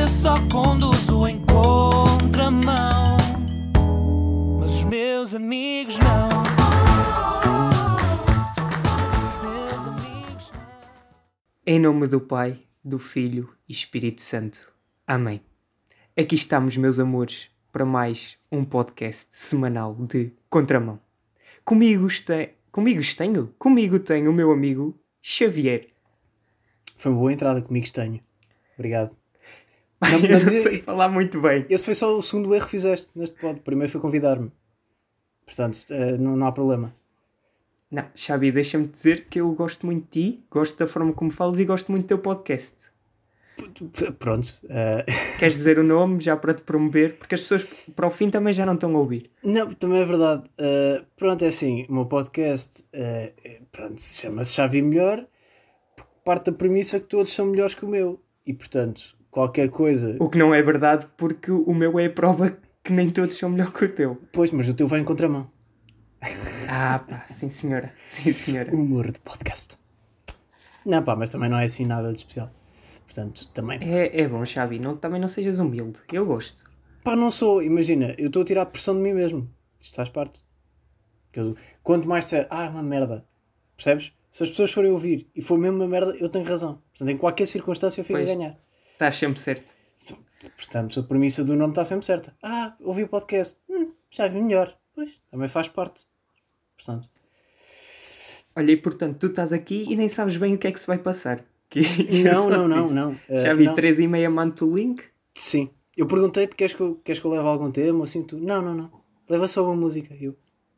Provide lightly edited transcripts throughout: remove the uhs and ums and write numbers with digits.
só conduzo em contramão, mas os meus amigos não. Os meus amigos não. Em nome do Pai, do Filho e Espírito Santo. Amém. Aqui estamos, meus amores, para mais um podcast semanal de Contramão. Comigo tenho o meu amigo Xavier. Foi uma boa entrada, comigo tenho. Obrigado. Eu não sei falar muito bem. Esse foi só o segundo erro que fizeste neste pod. O primeiro foi convidar-me. Portanto, não há problema. Não, Xavi, deixa-me dizer que eu gosto muito de ti, gosto da forma como falas e gosto muito do teu podcast. Pronto. Queres dizer o nome já para te promover? Porque as pessoas para o fim também já não estão a ouvir. Não, também é verdade. Pronto, é assim. O meu podcast chama-se Chave Melhor, porque parte da premissa que todos são melhores que o meu. E, portanto, qualquer coisa... O que não é verdade, porque o meu é a prova que nem todos são melhor que o teu. Pois, mas o teu vai em contramão. Ah, pá, sim senhora. Sim senhora. Humor de podcast. Não, pá, mas também não é assim nada de especial. Portanto, também... É bom, Xavi, também não sejas humilde. Eu gosto. Pá, não sou. Imagina, eu estou a tirar a pressão de mim mesmo. Isto faz parte. Quanto mais disser, é uma merda. Percebes? Se as pessoas forem ouvir e for mesmo uma merda, eu tenho razão. Portanto, em qualquer circunstância eu fico a ganhar. Estás sempre certo. Portanto, a premissa do nome está sempre certa. Ouvi o podcast. Já vi melhor. Pois, também faz parte. Portanto... Olha, e portanto, tu estás aqui e nem sabes bem o que é que se vai passar. Não. Já vi 3h30 mando o link? Sim. Eu perguntei-te, queres que eu leve algum tema? Ou assim, tu, não. Leva só uma música. Eu...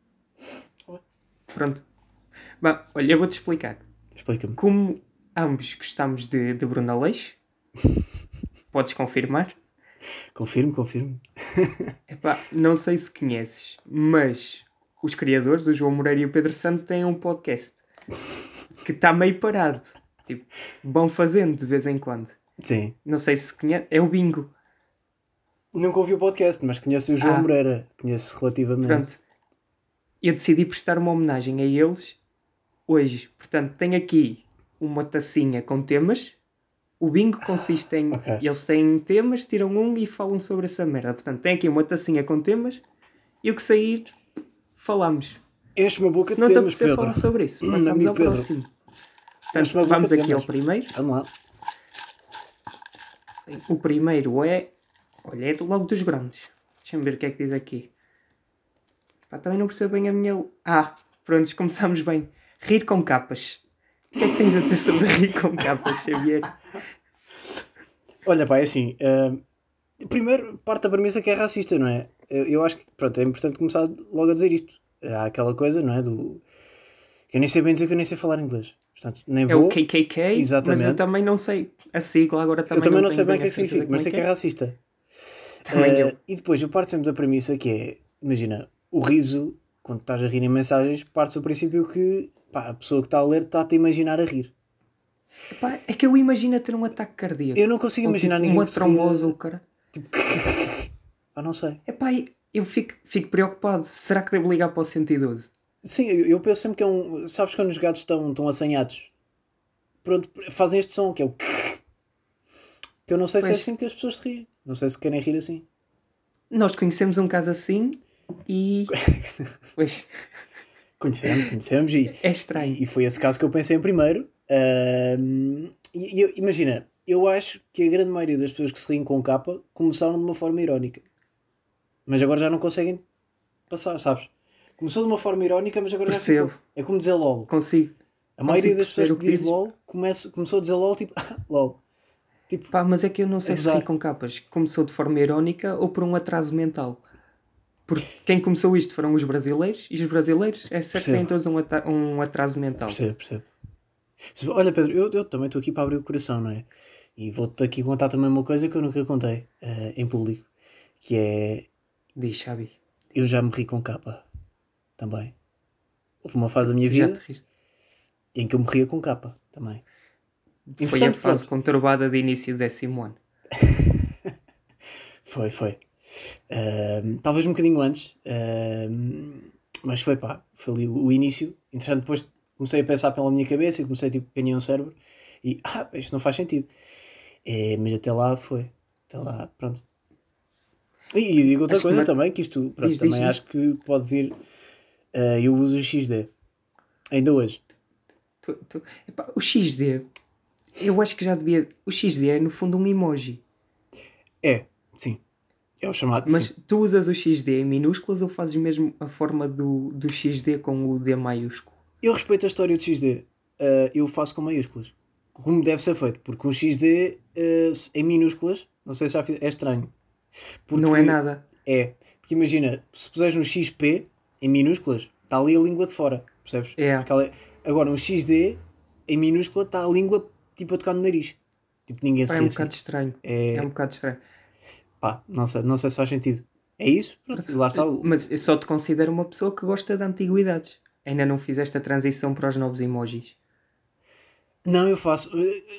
Pronto. Bom, olha, eu vou-te explicar. Explica-me. Como ambos gostamos de Bruno Aleixo, podes confirmar? Confirmo. Epá, não sei se conheces, mas os criadores, o João Moreira e o Pedro Santo, têm um podcast que está meio parado. Tipo, vão fazendo de vez em quando. Sim. Não sei se conhece. É o Bingo. Nunca ouvi o podcast, mas conheço o João Moreira. Conheço relativamente. Pronto. Eu decidi prestar uma homenagem a eles hoje. Portanto, tenho aqui uma tacinha com temas. O bingo consiste em... Okay. Eles têm temas, tiram um e falam sobre essa merda. Portanto, tem aqui uma tacinha com temas. E o que sair, falamos. Enche uma boca se não de te temas, apetecer falar sobre isso, passamos ao próximo. Portanto, vamos aqui ao primeiro. Vamos lá. O primeiro é... Olha, é logo dos grandes. Deixa-me ver o que é que diz aqui. Pá, também não percebo bem a minha... Prontos, começamos bem. Rir com capas. O que é que tens a dizer sobre rir com capas, Xavier? Olha, pá, é assim... primeiro, parte da premissa que é racista, não é? Eu acho que, pronto, é importante começar logo a dizer isto. Há aquela coisa, não é? Que eu nem sei bem dizer, que eu nem sei falar inglês. Portanto, nem vou... É o KKK, exatamente. Mas eu também não sei a sigla, agora também eu também não sei bem o que é que significa, significa, mas sei que é racista. Também eu. E depois, eu parto sempre da premissa que é... Imagina, o riso, quando estás a rir em mensagens, parte do princípio que a pessoa que está a ler está-te a imaginar a rir. Epá, é que eu imagino ter um ataque cardíaco. Eu não consigo imaginar tipo, ninguém uma que trombose ria... ou cara. Tipo... não sei. Epá, eu fico preocupado. Será que devo ligar para o 112? Sim, eu penso sempre que é um... Sabes quando os gatos estão assanhados? Pronto, fazem este som, que é o... Que eu não sei se é assim que as pessoas se riem. Não sei se querem rir assim. Nós conhecemos um caso assim e... Pois... Conhecemos e... É estranho. E foi esse caso que eu pensei em primeiro. Imagina, eu acho que a grande maioria das pessoas que se riem com capa começaram de uma forma irónica. Mas agora já não conseguem passar, sabes? Começou de uma forma irónica, mas agora Percebo. já ficou. É como dizer LOL. Consigo. A maioria das pessoas que diz LOL começou a dizer LOL tipo... LOL. Tipo, pá, mas é que eu não sei se ri com capas. Começou de forma irónica ou por um atraso mental. Porque quem começou isto foram os brasileiros. E os brasileiros é certo que têm todos um atraso mental. Percebo. Olha, Pedro, eu também estou aqui para abrir o coração, não é? E vou-te aqui contar também uma coisa que eu nunca contei em público. Que é... Diz, Xabi. Eu já me ri com capa. Também. Houve uma fase da minha vida em que eu me ria com capa. Também. Foi a fase conturbada de início do 10º ano. Foi. Talvez um bocadinho antes. Mas foi ali o início. Entretanto, depois comecei a pensar pela minha cabeça e comecei ganhei um cérebro. E, isto não faz sentido. Mas até lá foi. Até lá, pronto. E digo outra Acho que coisa uma- também, que isto, pronto, Diz, também diz. acho que pode vir. Eu uso o XD. Ainda hoje. Epá, o XD, eu acho que já devia. O XD é no fundo um emoji. É, sim. É o chamado, Mas sim. tu usas o XD em minúsculas ou fazes mesmo a forma do XD com o D maiúsculo? Eu respeito a história do XD. Eu faço com maiúsculas. Como deve ser feito. Porque um XD em minúsculas, não sei se já fiz, é estranho. Porque Não é nada. É. Porque imagina, se puseres um XP em minúsculas, está ali a língua de fora. Percebes? É. Porque agora, um XD em minúscula está a língua tipo a tocar no nariz. Tipo, ninguém se Pá, é ri um assim. bocado estranho. É. É um bocado estranho. Pá, não sei se faz sentido. É isso? Pronto, e lá está. Mas eu só te considero uma pessoa que gosta de antiguidades. Ainda não fizeste a transição para os novos emojis. Não, eu faço.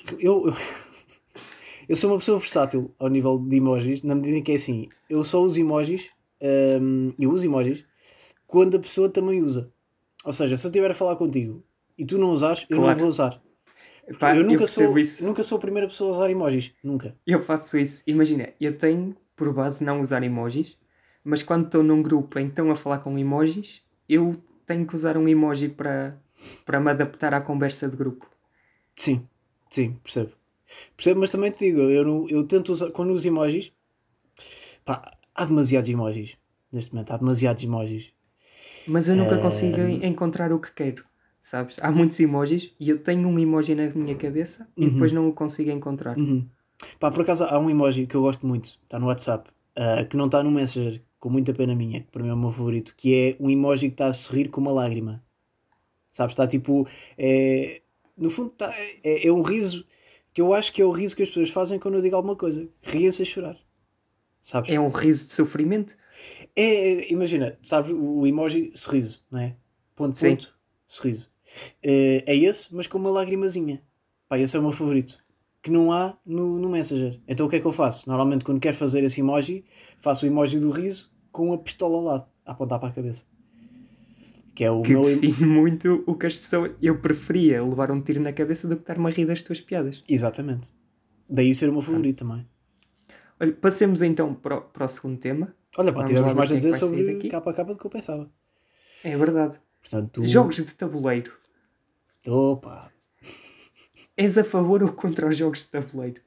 Eu sou uma pessoa versátil ao nível de emojis, na medida em que é assim, eu só uso emojis, eu uso emojis quando a pessoa também usa. Ou seja, se eu estiver a falar contigo e tu não usares, eu não Claro. vou usar. Porque Pá, eu nunca percebo sou, isso. nunca sou a primeira pessoa a usar emojis. Nunca. Eu faço isso. Imagina, eu tenho por base não usar emojis, mas quando estou num grupo em que estão a falar com emojis, eu tenho que usar um emoji para me adaptar à conversa de grupo. Sim, percebo. Percebo, mas também te digo, eu tento usar, quando uso emojis, pá, há demasiados emojis. Neste momento, há demasiados emojis. Mas eu nunca consigo encontrar o que quero, sabes? Há muitos emojis e eu tenho um emoji na minha cabeça e depois não o consigo encontrar. Pá, por acaso há um emoji que eu gosto muito, está no WhatsApp, que não está no Messenger, com muita pena minha, que para mim é o meu favorito, que é um emoji que está a sorrir com uma lágrima. Sabes? Está tipo. No fundo, é um riso que eu acho que é o riso que as pessoas fazem quando eu digo alguma coisa. Riem-se a chorar. Sabes? É um riso de sofrimento? Imagina, sabes o emoji sorriso, não é? Ponto, Sim. ponto, sorriso. É esse, mas com uma lagrimazinha. Pá, esse é o meu favorito. Que não há no Messenger. Então o que é que eu faço? Normalmente quando quero fazer esse emoji, faço o emoji do riso com a pistola ao lado, a apontar para a cabeça. Que é o Que meu define muito o que as pessoas... Eu preferia levar um tiro na cabeça do que estar-me a rir das tuas piadas. Exatamente. Daí ser o meu favorito também. Olha, passemos então para o segundo tema. Olha, pá, Vamos tivemos lá ver mais a quem é que dizer vai sair sobre daqui. capa a capa do que eu pensava. É verdade. Portanto, Jogos de tabuleiro. Opa! És a favor ou contra os jogos de tabuleiro?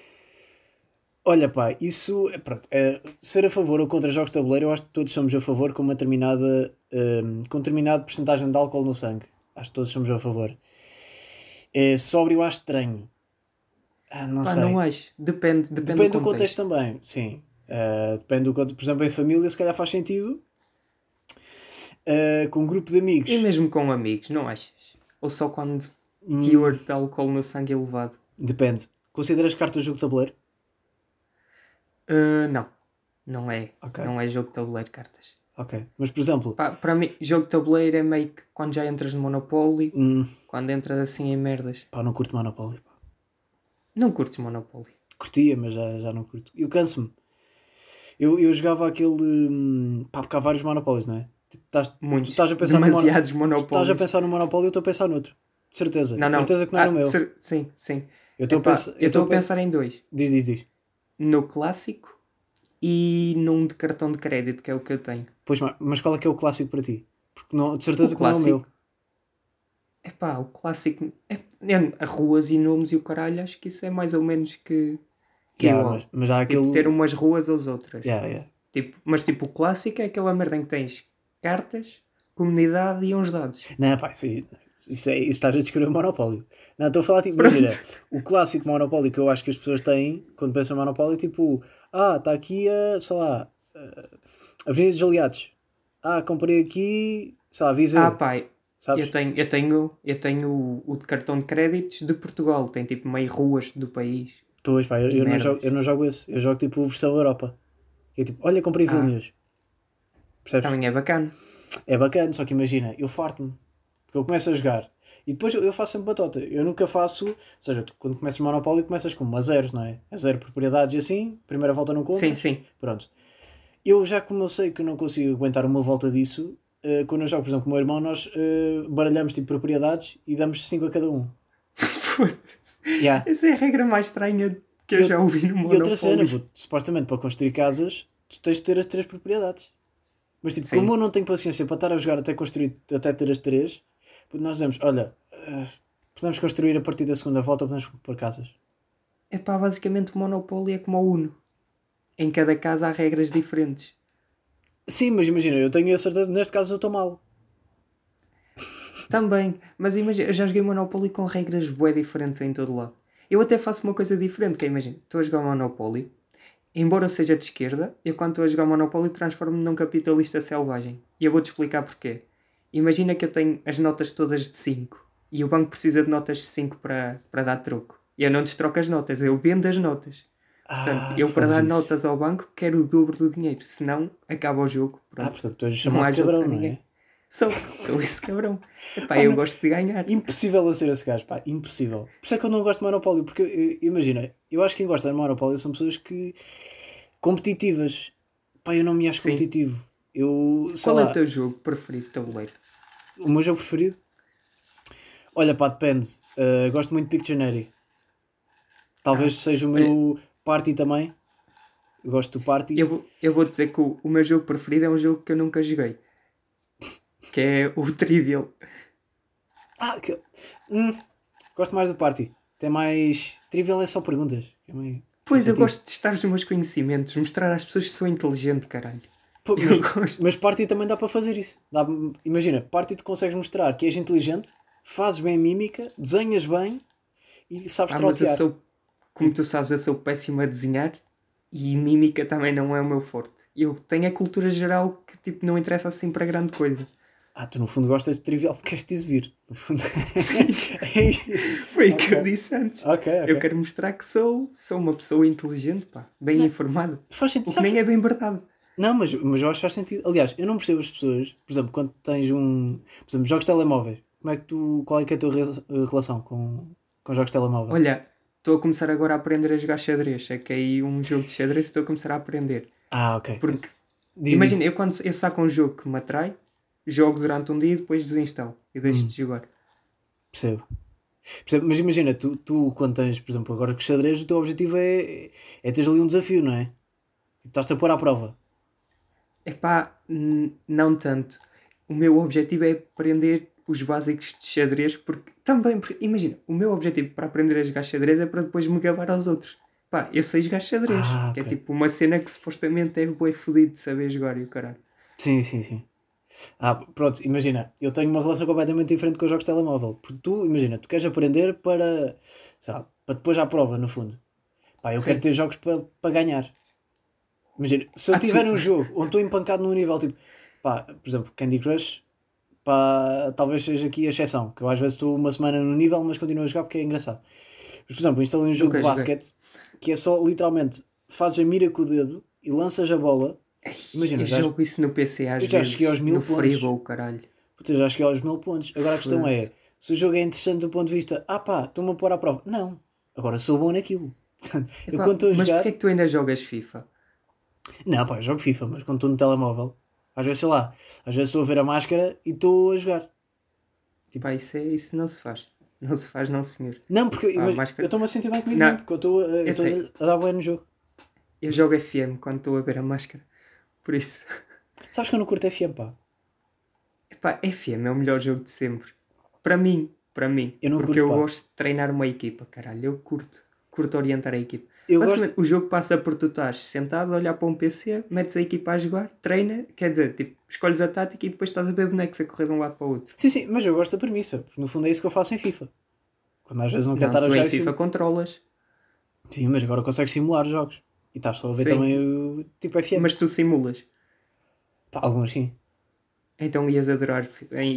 Olha, pá, isso, pronto, ser a favor ou contra jogos de tabuleiro, eu acho que todos somos a favor com uma determinada, com determinada porcentagem de álcool no sangue. Acho que todos somos a favor. Sóbrio, eu acho estranho. Não Pá, sei. não acho. Depende Depende do do contexto também, sim. Depende do contexto. Por exemplo, em família, se calhar faz sentido. Com um grupo de amigos. E mesmo com amigos, não achas? Ou só quando teor de álcool no sangue é elevado? Depende. Consideras cartas de jogo de tabuleiro? Não. Não é. Ok. Não é jogo de tabuleiro, cartas. Ok. Mas, por exemplo, Pá, para mim, jogo de tabuleiro é meio que quando já entras no Monopoly, quando entras assim em merdas. pá, não curto Monopoly. Pá. Não curtes Monopoly? Curtia, mas já não curto. Eu canso-me. Eu jogava aquele. Pá, porque há vários Monopólios, não é? Tipo, Muitos. tu estás a pensar Demasiados Tu Monopólios. estás a pensar no Monopólio, eu estou a pensar noutro. De certeza. Não, De certeza que não é no meu. Sim, sim. Eu estou a pensar. Eu estou a pensar em dois. Diz. No clássico e num de cartão de crédito, que é o que eu tenho. Pois, mas qual é que é o clássico para ti? Porque não, de certeza O que não é o meu. clássico. Epá, o clássico... a ruas e nomes e o caralho, acho que isso é mais ou menos que igual. Mas há Tipo, aquele. ter umas ruas ou outras. Yeah. Mas tipo, o clássico é aquela merda em que tens cartas, comunidade e uns dados. Não, pá, isso estás a descrever o Monopólio. Não, estou a falar, tipo, imagina, o clássico Monopólio que eu acho que as pessoas têm quando pensam em Monopólio, tipo, está aqui sei lá, Avenida dos Aliados. Comprei aqui, sei lá, Viseu. Pai, sabes? eu tenho o de cartão de créditos de Portugal. Tem tipo meio ruas do país. Pois, pá, eu merdas. não jogo esse. Eu jogo tipo versão Europa. Que é tipo, olha, comprei Vilnius. Percebes? Também é bacana. É bacana, só que imagina, eu farto-me. Porque eu começo a jogar. E depois eu faço sempre batota. Eu nunca faço... Ou seja, tu, quando começas Monopólio, começas com a zero, não é? A zero propriedades e assim. Primeira volta não compras. Sim. Pronto. Eu já como eu sei que eu não consigo aguentar uma volta disso, quando eu jogo, por exemplo, com o meu irmão, nós baralhamos tipo propriedades e damos 5 a cada um. Foda-se. Yeah. Essa é a regra mais estranha que eu já ouvi no E outra cena, Monopoly. puto, supostamente para construir casas, tu tens de ter as 3 propriedades. Mas tipo, Sim. como eu não tenho paciência para estar a jogar até construir, até ter as 3, nós dizemos, olha, podemos construir a partir da segunda volta, podemos pôr casas. Epá, basicamente o Monopoly é como o Uno. Em cada casa há regras diferentes. Sim, mas imagina, eu tenho a certeza, neste caso eu estou mal. Também, mas imagina, eu já joguei Monopoly com regras bué diferentes em todo lado. Eu até faço uma coisa diferente, que é, imagina, estou a jogar Monopoly, embora eu seja de esquerda, eu quando estou a jogar Monopoly transformo-me num capitalista selvagem. E eu vou-te explicar porquê. Imagina que eu tenho as notas todas de 5 e o banco precisa de notas de 5 para dar troco. E eu não destroco as notas, eu vendo as notas. Portanto, eu tu para fazes dar isso. notas ao banco quero o dobro do dinheiro, senão acaba o jogo. Pronto. Portanto, tu és Não há chamado jogo cabrão, para não ninguém. é? Sou esse cabrão. Epá, eu não. gosto de ganhar. Impossível eu ser esse gajo, pá, impossível. Por isso é que eu não gosto de Monopólio, porque imagina, eu acho que quem gosta de Monopólio são pessoas que competitivas. Pá, eu não me acho Sim. competitivo. Eu, sei Qual é lá, o teu jogo preferido de tabuleiro? o meu jogo preferido? Olha, pá, depende. Gosto muito de Pictionary. Talvez seja o meu Party também. Eu gosto do Party. Eu vou dizer que o meu jogo preferido é um jogo que eu nunca joguei. Que é o Trivial. Que... Gosto mais do Party. Tem mais... Trivial é só perguntas. É meio... Pois, eu cansativo. gosto de testar os meus conhecimentos, mostrar às pessoas que sou inteligente, caralho. Pô, Eu gosto. mas Party também dá para fazer isso. Imagina, Party tu consegues mostrar que és inteligente, fazes bem a mímica, desenhas bem e sabes Mas eu trautear. sou, como tu sabes, eu sou péssimo a desenhar e mímica também não é o meu forte. Eu tenho a cultura geral que tipo não interessa assim para grande coisa. Tu no fundo gostas de trivial porque queres te exibir. No fundo. É isso. Foi o que eu disse antes. Ok. Eu quero mostrar que sou uma pessoa inteligente, pá, bem informada. Faz sentido. O que Sabes? nem é bem verdade. Não, mas eu acho que faz sentido. Aliás, eu não percebo as pessoas, por exemplo, quando tens por exemplo, jogos de telemóveis, qual é que é a tua relação com jogos de telemóvel? Olha, estou a começar agora a aprender a jogar xadrez. É que aí um jogo de xadrez estou a começar a aprender. Ok. Porque, Diz. imagina, eu quando eu saco um jogo que me atrai, jogo durante um dia e depois desinstalo e deixo de jogar. Percebo. Mas imagina, tu quando tens, por exemplo, agora com xadrez, o teu objetivo é teres ali um desafio, não é? Estás-te a pôr à prova. Epá, não tanto. O meu objetivo é aprender os básicos de xadrez, porque imagina, o meu objetivo para aprender a jogar xadrez é para depois me gabar aos outros. Pá, eu sei jogar xadrez, que é ok. tipo uma cena que supostamente é bué fodido de saber jogar e o caralho. Sim. Pronto, imagina, eu tenho uma relação completamente diferente com os jogos de telemóvel. Porque tu, imagina, tu queres aprender para, sabe, para depois à prova, no fundo. Pá, eu Sim. quero ter jogos para ganhar. Imagina, se eu tiver um jogo onde estou empancado num nível tipo, pá, por exemplo, Candy Crush, pá, talvez seja aqui a exceção, que eu às vezes estou uma semana no nível, mas continuo a jogar porque é engraçado. Mas, por exemplo, instalei um jogo de Nunca joguei. basquete que é só literalmente fazes a mira com o dedo e lanças a bola. Imagina, Eu jogo isso no PC às eu já vezes, cheguei aos 1000 no pontos. Freebow, caralho. Puta, já cheguei aos 1000 pontos. Agora a questão é, Foda-se. se o jogo é interessante do ponto de vista, pá, estou-me a pôr à prova. Não, agora sou bom naquilo. Eu Epá, quando estou a mas jogar... porquê é que tu ainda jogas FIFA? Não, pá, eu jogo FIFA, mas quando estou no telemóvel, às vezes, sei lá, às vezes estou a ver a máscara e estou a jogar. Pá, isso não se faz. Não se faz, não senhor. Não, porque máscara. eu estou-me a sentir bem comigo, Não, mesmo, porque eu estou eu sei. a dar bem no jogo. Eu jogo FM quando estou a ver a máscara. Por isso... Sabes que eu não curto FM, pá. Epá, FM é o melhor jogo de sempre. Para mim. Eu não Porque curto, eu pá. gosto de treinar uma equipa, caralho. Eu curto orientar a equipa. Eu Basicamente, o jogo passa por tu estás sentado a olhar para um PC, metes a equipa a jogar, treina, quer dizer, tipo, escolhes a tática e depois estás a ver bonecos a correr de um lado para o outro. Sim, mas eu gosto da premissa, porque no fundo é isso que eu faço em FIFA. Quando às vezes não quero estar a tu jogar em FIFA isso. controlas, Sim, mas agora consegues simular os jogos. E estás só a ver Sim. também o tipo FM. mas tu simulas. Pá, alguns sim. Então ias adorar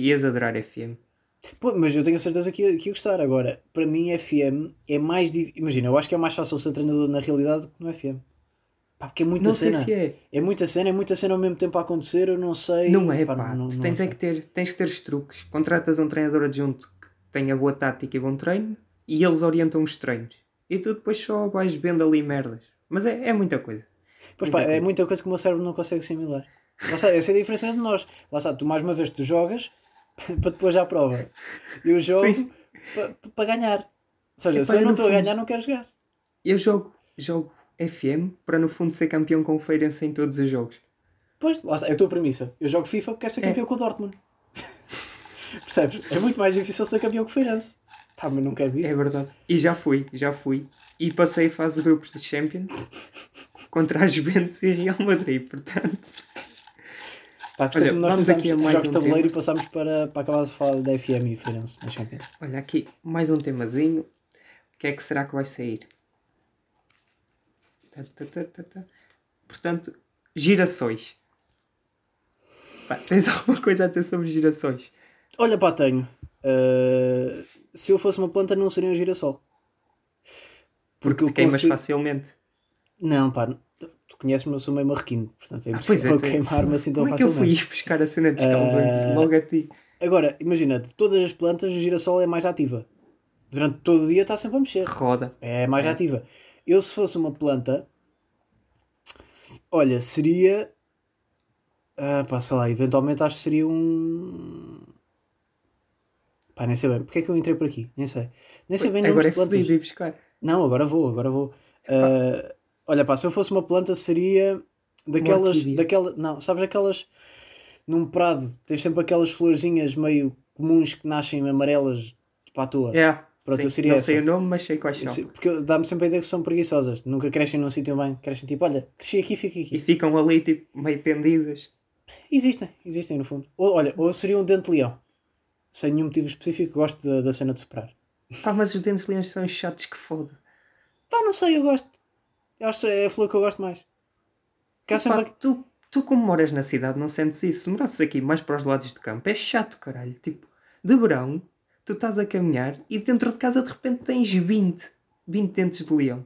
FM. Pô, mas eu tenho a certeza que ia gostar. Agora, para mim, FM é mais. Imagina, eu acho que é mais fácil ser treinador na realidade do que no FM. Pá, porque é muita Não cena. sei se é. É muita cena ao mesmo tempo a acontecer. Eu não sei. Não é, Pá, pá. não Tu tens sei. tens que ter os truques. Contratas um treinador adjunto que tenha boa tática e bom treino e eles orientam os treinos. E tu depois só vais vendo ali merdas. Mas é muita coisa. Pois Muita pá, é coisa. muita coisa que o meu cérebro não consegue assimilar. Lá está, essa é a diferença de nós. Lá está, tu mais uma vez tu jogas para depois já à prova. Eu jogo Sim. para ganhar. Ou seja, Epá, se eu eu não no estou a fundo- ganhar, não quero jogar. Eu jogo jogo FM para no fundo ser campeão com o Feirense em todos os jogos. Pois, lá está, é a tua premissa. Eu jogo FIFA porque quero ser campeão com o Dortmund. Percebes? É muito mais difícil ser campeão que o Feirense. Pá, mas não quero isso. É verdade. E já fui. E passei a fase de grupos de Champions contra a Juventus e Real Madrid, portanto... Pá, gostei Olha, que nós vamos passámos aqui a a mais jogos um de tabuleiro tema. e passámos para acabar de falar da FM e Feirense na Champions. Olha aqui, mais um temazinho. O que é que será que vai sair? Portanto, girassóis. Pá, tens alguma coisa a dizer sobre girassóis? Olha, pá, tenho. Se eu fosse uma planta, não seria um girassol. Porque eu te queimas consigo- facilmente. Não, pá, tu conheces-me, eu sou meio marroquino. Portanto, é Pois é, impossível tu- queimar-me assim tão como é que eu facilmente. fui buscar a cena de escaldões logo a ti? Agora, imagina, de todas as plantas, o girassol é mais ativa. Durante todo o dia está sempre a mexer. Roda. É mais É. ativa. Eu, se fosse uma planta, olha, seria. Pá, sei lá, eventualmente acho que seria um. Pá, nem sei bem. Porque é que eu entrei por aqui? Nem sei. Nem sei bem nomes Agora é de plantas. fodido ir buscar. Não, agora vou. Olha, pá, se eu fosse uma planta, seria daquelas. orquídea. Não, sabes aquelas. Num prado, tens sempre aquelas florzinhas meio comuns que nascem amarelas para a tua. É. Pronto, eu Sim, seria não essa. sei o nome, mas sei quais são. Porque dá-me sempre a ideia que são preguiçosas. Nunca crescem num sítio bem. Crescem tipo, olha, cresci aqui, fica E aqui. ficam ali tipo meio pendidas. Existem no fundo. Olha, seria um dente-leão. Sem nenhum motivo específico, gosto da cena de soprar. Pá, mas os dentes de leões são chatos que foda. Pá, não sei, eu gosto. Eu acho que é a flor que eu gosto mais. Que há sempre... Pá, tu como moras na cidade não sentes isso. Se morasses aqui mais para os lados do campo, é chato, caralho. Tipo, de verão, tu estás a caminhar e dentro de casa de repente tens 20 dentes de leão.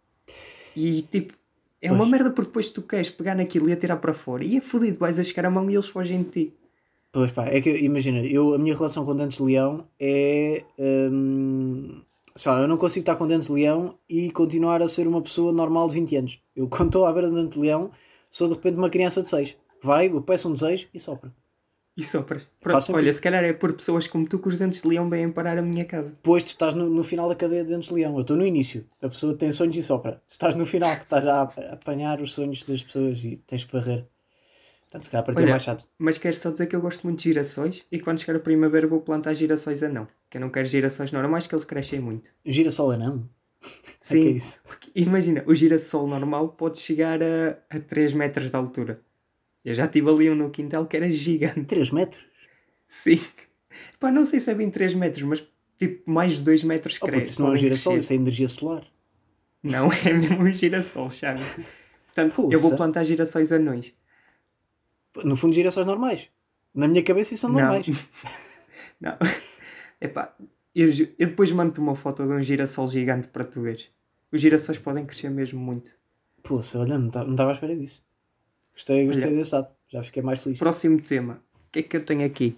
E tipo, é uma Pois. merda porque depois tu queres pegar naquilo e atirar para fora. E é fodido, vais a chegar a mão e eles fogem de ti. Pois pá, é que imagina, a minha relação com dentes de leão é... sei lá, eu não consigo estar com dentes de leão e continuar a ser uma pessoa normal de 20 anos. Eu quando estou à beira de dente de leão, sou de repente uma criança de 6. Vai, eu peço um desejo e sopra. E sopras. Faz Pronto, sempre olha, isso. se calhar é por pessoas como tu que os dentes de leão vêm parar a minha casa. Depois tu estás no final da cadeia de dentes de leão. Eu estou no início. A pessoa tem sonhos e sopra. Tu estás no final, que estás a apanhar os sonhos das pessoas e tens que varrer. Portanto, se calhar para ti é Olha, mais chato. mas quero só dizer que eu gosto muito de girassóis e quando chegar a primavera vou plantar girassóis anão. Que eu não quero girassóis normais que eles crescem muito. Girassol é não? Sim, que é isso? porque imagina, o girassol normal pode chegar a 3 metros de altura. Eu já tive ali um no quintal que era gigante. 3 metros? Sim. Pá, não sei se é bem 3 metros, mas tipo mais de 2 metros Oh, puto, isso não é um podem girassol, crescer. isso é energia solar. Não, é mesmo um girassol, sabe? Portanto, eu Puxa. vou plantar girassóis anões. No fundo, girassóis normais. Na minha cabeça, isso são normais. Não. Epá, eu depois mando-te uma foto de um girassol gigante para tu veres. Os girassóis podem crescer mesmo muito. Poxa, olha, não estava à espera disso. Gostei Olha. desse dado. Já fiquei mais feliz. Próximo tema. O que é que eu tenho aqui?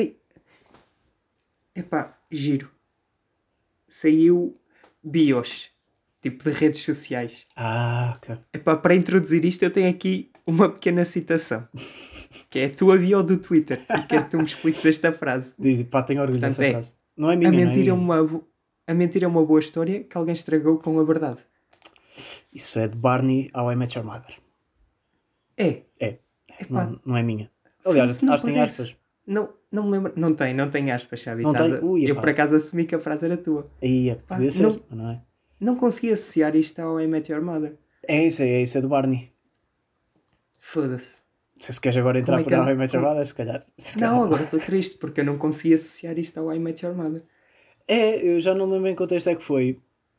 Epá, giro. Saiu BIOS. Tipo de redes sociais. Ok. Epá, para introduzir isto eu tenho aqui uma pequena citação. Que é a tua bio do Twitter. E quero que tu me expliques esta frase. Diz, pá, tenho orgulho Portanto, dessa é, frase. Não é minha, A não é mentira minha. a mentira é uma boa história que alguém estragou com a verdade. Isso é de Barney How I Met Your Mother. É. É. Epá, Não é minha. Aliás, isso não acho que tem parece. aspas. Não me lembro. Não tem aspas, Xavi. Não Estás tem? a- Ui, eu epá. por acaso assumi que a frase era tua. Aí, Pá, podia ser, não- mas não é? Não consegui associar isto ao I Met Your Mother. É isso é do Barney. Foda-se. Não sei se queres agora entrar Como é que para eu- How I Met Your como- Mother, se calhar. Se calhar Não, agora estou triste porque eu não consegui associar isto ao I Met Your Mother. Eu já não lembro em que contexto é que foi.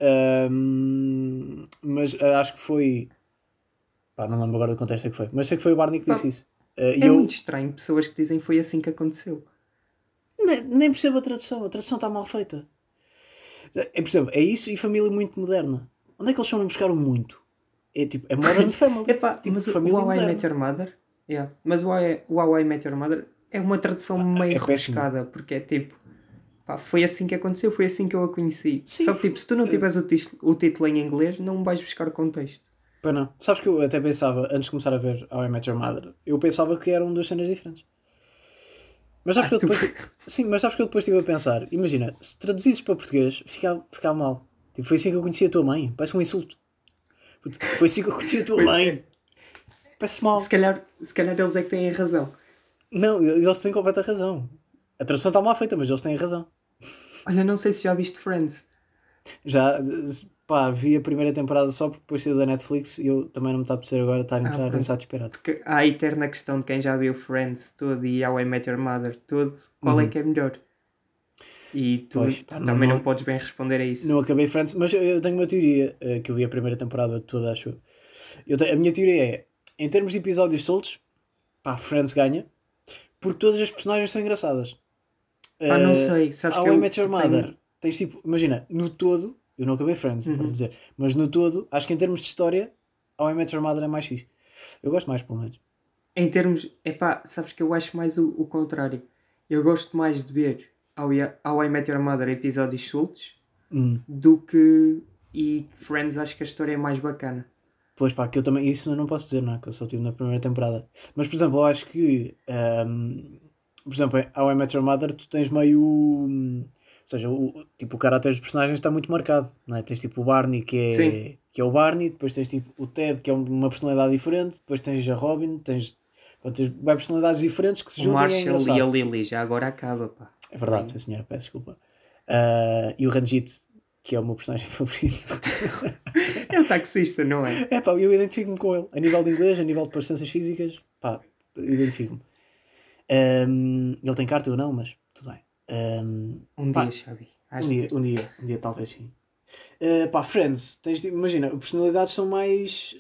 Mas acho que foi. Pá, não lembro agora do contexto é que foi. Mas sei que foi o Barney que disse Pá, isso. E É eu muito estranho pessoas que dizem foi assim que aconteceu. nem percebo a tradução está mal feita. Percebo, é isso e família muito moderna. Onde é que eles foram buscar o muito? É tipo, é Modern Family. Epá, tipo, mas o família How I moderna. Met Your Mother, yeah. Mas o How I Met Your Mother é uma tradução meio é péssimo. rebuscada, porque é tipo, pá, foi assim que aconteceu, foi assim que eu a conheci. Sim, Só que tipo, se tu não tiveres o título em inglês, não vais buscar o contexto. Pois não. Sabes que eu até pensava, antes de começar a ver How I Met Your Mother, eu pensava que eram duas cenas diferentes. Mas sabes que eu depois... Sim, mas sabes que eu depois estive a pensar. Imagina, se traduzisses para português, ficava mal. Tipo, foi assim que eu conheci a tua mãe. Parece um insulto. Puto, foi assim que eu conheci a tua Foi- mãe. Parece mal. Se calhar eles é que têm razão. Não, eles têm completa razão. A tradução está mal feita, mas eles têm razão. Olha, não sei se já viste Friends. Já, pá, vi a primeira temporada só porque depois saiu da Netflix e eu também não me está a perceber agora estar a entrar em pronto. estado esperado. Porque há a eterna questão de quem já viu Friends todo e How I Met Your Mother todo, qual é que é melhor? E tu, Pois, tu pá, também não- não podes bem responder a isso. Não acabei Friends, mas eu tenho uma teoria que eu vi a primeira temporada toda, acho eu. A minha teoria é, em termos de episódios soltos, pá, Friends ganha, porque todas as personagens são engraçadas. Não sei, sabes How que I eu Met Your tenho- Mother, tens tipo, imagina, no todo, eu não acabei Friends, para dizer, mas no todo, acho que em termos de história, How I Met Your Mother é mais fixe. Eu gosto mais, pelo menos. Em termos, sabes que eu acho mais o contrário. Eu gosto mais de ver How I Met Your Mother episódios soltos do que. E Friends, acho que a história é mais bacana. Pois pá, que eu também, isso eu não posso dizer, não é? Que eu só estive na primeira temporada. Mas, por exemplo, eu acho que, por exemplo, em How I Met Your Mother, tu tens meio, ou seja, tipo, o caráter dos personagens está muito marcado, não é? Tens tipo o Barney, Sim. que é o Barney, depois tens tipo o Ted, que é uma personalidade diferente, depois tens a Robin, tens bem personalidades diferentes que se O juntam e é Marshall engraçado. e a Lily já agora acaba, pá. É verdade, sim senhora, peço desculpa. E o Ranjit, que é o meu personagem favorito. É o taxista, não é? É pá, eu identifico-me com ele. A nível de inglês, a nível de parecenças físicas, pá, identifico-me. Ele tem carta ou não, mas tudo bem. Pá, Dia, Xavi. Hás de ter. um dia talvez sim. Pá, Friends, imagina, as personalidades são mais.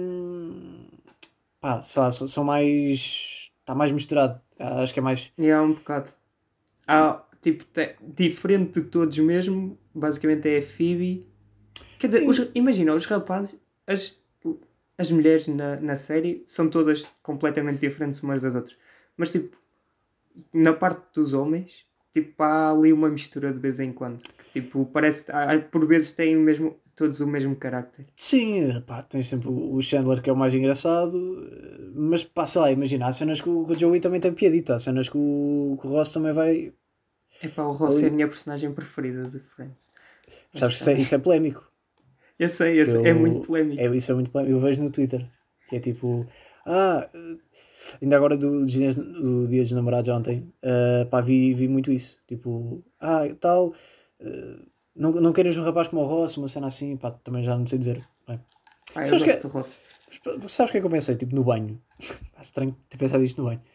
Pá, sei lá, são mais. Está mais misturado. Acho que é mais. E há um bocado. Tipo, diferente de todos mesmo, basicamente é a Phoebe. Quer dizer, imagina, os rapazes, as mulheres na série são todas completamente diferentes umas das outras. Mas tipo, na parte dos homens, tipo, há ali uma mistura de vez em quando. Que tipo, parece, por vezes têm todos o mesmo carácter. Sim, pá, tens sempre o Chandler que é o mais engraçado, mas pá, sei lá, imagina, há cenas que o Joey também tem piadita, há cenas que o Ross também vai. O Ross é a minha personagem preferida de Friends. Mas Sabes que também- isso é polémico. Eu sei, é muito polémico. Isso é muito polémico. Eu vejo no Twitter, que é tipo, ainda agora do Dia dos Namorados ontem, pá, vi muito isso. Tipo, tal, não queres um rapaz como o Ross, uma cena assim, pá, também já não sei dizer. Bem. Eu Sabes gosto do Ross. Sabes o que é que eu pensei? Tipo, no banho. É estranho ter pensado isto no banho.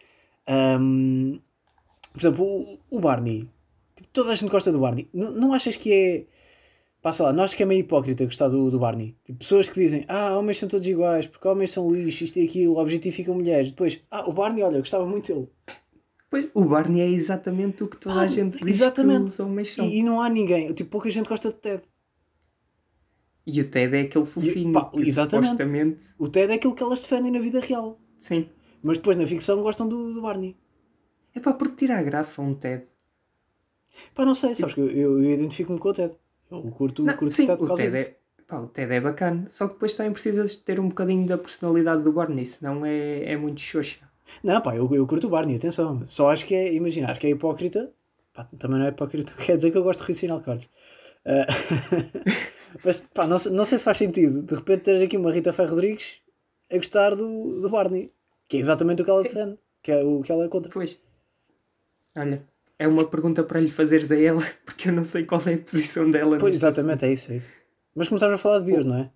Por exemplo, o Barney. Tipo, toda a gente gosta do Barney. Não achas que é... Pá, sei lá, não achas que é meio hipócrita gostar do Barney? Tipo, pessoas que dizem, homens são todos iguais, porque homens são lixo, isto e aquilo, objetificam mulheres. Depois, o Barney, olha, eu gostava muito dele. Pois, o Barney é exatamente o que toda a gente diz que os homens são. E não há ninguém. Tipo, pouca gente gosta de Ted. E o Ted é aquele fofinho que exatamente. supostamente... O Ted é aquilo que elas defendem na vida real. Sim. Mas depois na ficção gostam do Barney. É pá, porque tira a graça um Ted. Pá, não sei, sabes que eu identifico-me com o Ted. Eu curto o sim, Ted por causa disso. o Ted é bacana. Só que depois também precisas de ter um bocadinho da personalidade do Barney, senão é muito xoxa. Não, pá, eu curto o Barney, atenção. Só acho que é, imagina, acho que é hipócrita. Pá, também não é hipócrita, quer dizer que eu gosto de Rui Sinal Cortes. Mas, pá, não sei se faz sentido. De repente teres aqui uma Rita Ferro Rodrigues a gostar do Barney. Que é exatamente o que ela defende. Que é o que ela é contra. Pois. Olha, é uma pergunta para lhe fazeres a ela, porque eu não sei qual é a posição dela. Pois, neste exatamente, assunto. é isso. Mas começámos a falar de bios, não é?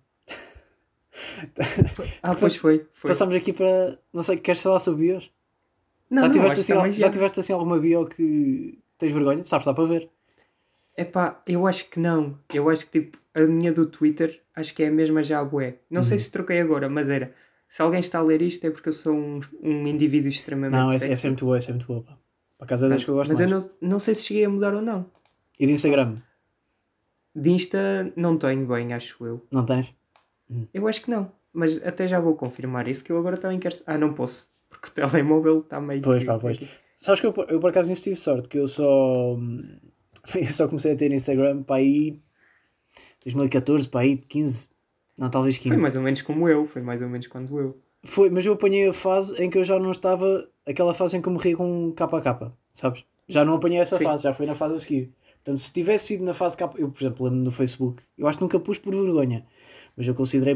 Pois foi. Passámos aqui para... Não sei, queres falar sobre bios? Não, já, não, tiveste acho assim, que também já tiveste assim alguma bio que tens vergonha? Sabes, dá para ver. Epá, eu acho que não. Eu acho que tipo, a minha do Twitter, acho que é a mesma já a bué. Não sei se troquei agora, mas era. Se alguém está a ler isto é porque eu sou um indivíduo extremamente Não, é sexy. sempre boa, pá. Para casa das que eu gosto Mas mais. eu não sei se cheguei a mudar ou não. E de Instagram? De Insta não tenho bem, acho eu. Não tens? Eu acho que não. Mas até já vou confirmar isso, que eu agora também quero... não posso. Porque o telemóvel está meio... Pois. Sabes que eu por acaso nisso tive sorte, que eu só comecei a ter Instagram para aí 2014, para aí 15, não, talvez 15. Foi mais ou menos como eu, foi mais ou menos quando eu. Foi, mas eu apanhei a fase em que eu já não estava, aquela fase em que eu morria com KK, sabes? Já não apanhei essa Sim. fase, já foi na fase a seguir. Portanto, se tivesse sido na fase K, eu, por exemplo, lembro-me no Facebook, eu acho que nunca pus por vergonha, mas eu considerei pôr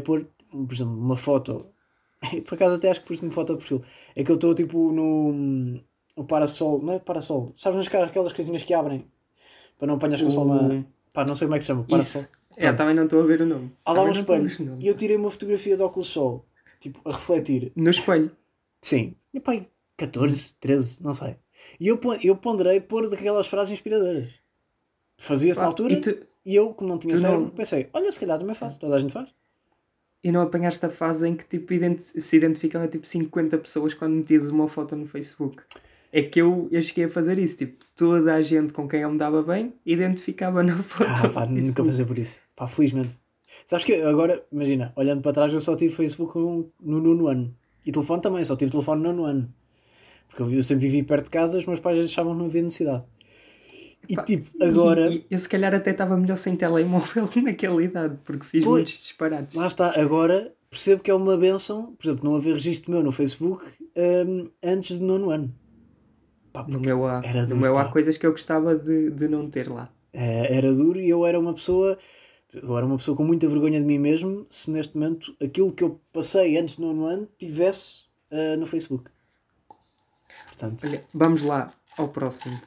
por exemplo, uma foto. Por acaso até acho que pus uma foto de perfil. É que eu estou tipo no parasol, não é parasol. Sabes nas caras aquelas coisinhas que abrem para não apanhas com o sol na. Pá, não sei como é que se chama. Parasol. Isso. Pronto. Também não estou a ver o nome. Há lá um Também não estou a ver espelho o nome. e eu tirei uma fotografia de óculos de sol, tipo, a refletir. No espelho. Sim. E pá, 14, 13, não sei. E eu ponderei pôr daquelas frases inspiradoras. Fazia-se na Pá, altura e e eu, como não tinha tu cérebro, não- pensei, olha, se calhar também faço, toda a gente faz. E não apanhaste a fase em que tipo, se identificavam tipo 50 pessoas quando metias uma foto no Facebook. É que eu cheguei a fazer isso. Tipo, toda a gente com quem eu me dava bem identificava na foto Ah, do pá, nunca Facebook. passei por isso. Pá, felizmente. Sabes que agora, imagina, olhando para trás, eu só tive Facebook no nono ano. E telefone também, só tive telefone no nono ano. Porque eu sempre vivi perto de casa, os meus pais achavam que não havia necessidade. E Pá, tipo, agora, e eu se calhar até estava melhor sem telemóvel naquela idade, porque fiz Pois, muitos disparates. lá está, agora percebo que é uma benção, por exemplo, não haver registro meu no Facebook antes do nono ano. Pá, No porque meu há, era no duro, meu há pá. coisas que eu gostava de não ter lá. Era duro e eu era uma pessoa com muita vergonha de mim mesmo se neste momento aquilo que eu passei antes do nono ano tivesse no Facebook. Portanto, Olha, vamos lá ao próximo.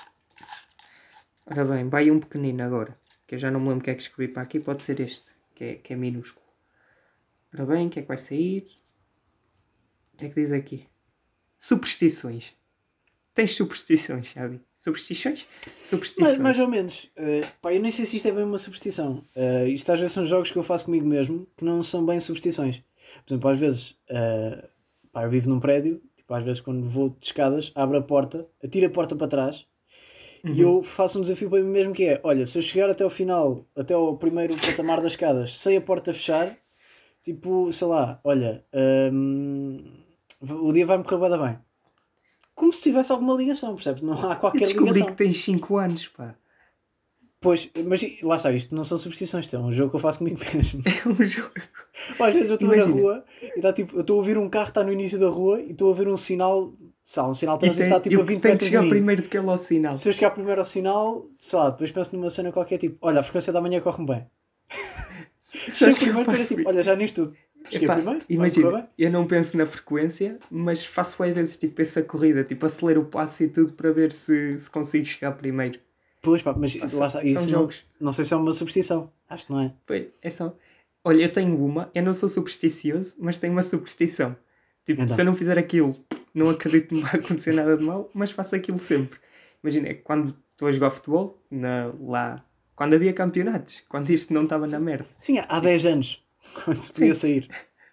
Ora bem, vai um pequenino agora, que eu já não me lembro o que é que escrevi para aqui, pode ser este, que é minúsculo. Ora bem, o que é que vai sair? O que é que diz aqui? Superstições. Tens superstições, sabe? Superstições? Superstições. mais ou menos. Pá, eu nem sei se isto é bem uma superstição. Isto às vezes são jogos que eu faço comigo mesmo que não são bem superstições. Por exemplo, às vezes pá, eu vivo num prédio, tipo, às vezes quando vou de escadas, abro a porta, atiro a porta para trás e eu faço um desafio para mim mesmo que é, olha, se eu chegar até ao final, até ao primeiro patamar das escadas, sem a porta fechar, tipo, sei lá, olha, o dia vai-me correr bué da bem. Como se tivesse alguma ligação, percebes? Não há Eu qualquer descobri ligação. que tens 5 anos, pá. Pois, mas lá está, isto não são superstições, isto é um jogo que eu faço comigo mesmo. É um jogo. Pá, às vezes eu estou na Imagina. rua e está tipo, eu estou a ouvir um carro que está no início da rua e estou a ver um sinal, sabe, um sinal de E trânsito que está tipo a eu 20 tenho que metros de chegar mim. primeiro do que ele ao sinal. Se eu chegar primeiro ao sinal, sei lá, depois penso numa cena qualquer tipo, olha, a frequência da manhã corre-me bem. Chego Sabes que eu primeiro e faço tipo, olha, já nisto tudo. Cheguei Epá, primeiro, vai-me imagina, correr bem. eu não penso na frequência, mas faço às vezes tipo essa corrida, tipo acelero o passo e tudo para ver se consigo chegar primeiro. Pois pá, mas Pá, lá está, são isso não, jogos. não sei se é uma superstição, acho que não é. Pois, é só. Olha, eu tenho uma, eu não sou supersticioso, mas tenho uma superstição. Tipo, Então. se eu não fizer aquilo, não acredito que me vai acontecer nada de mal, mas faço aquilo sempre. Imagina, quando estou a jogar futebol, lá, quando havia campeonatos, quando isto não estava na merda, Sim, há 10 anos, quando se podia sair.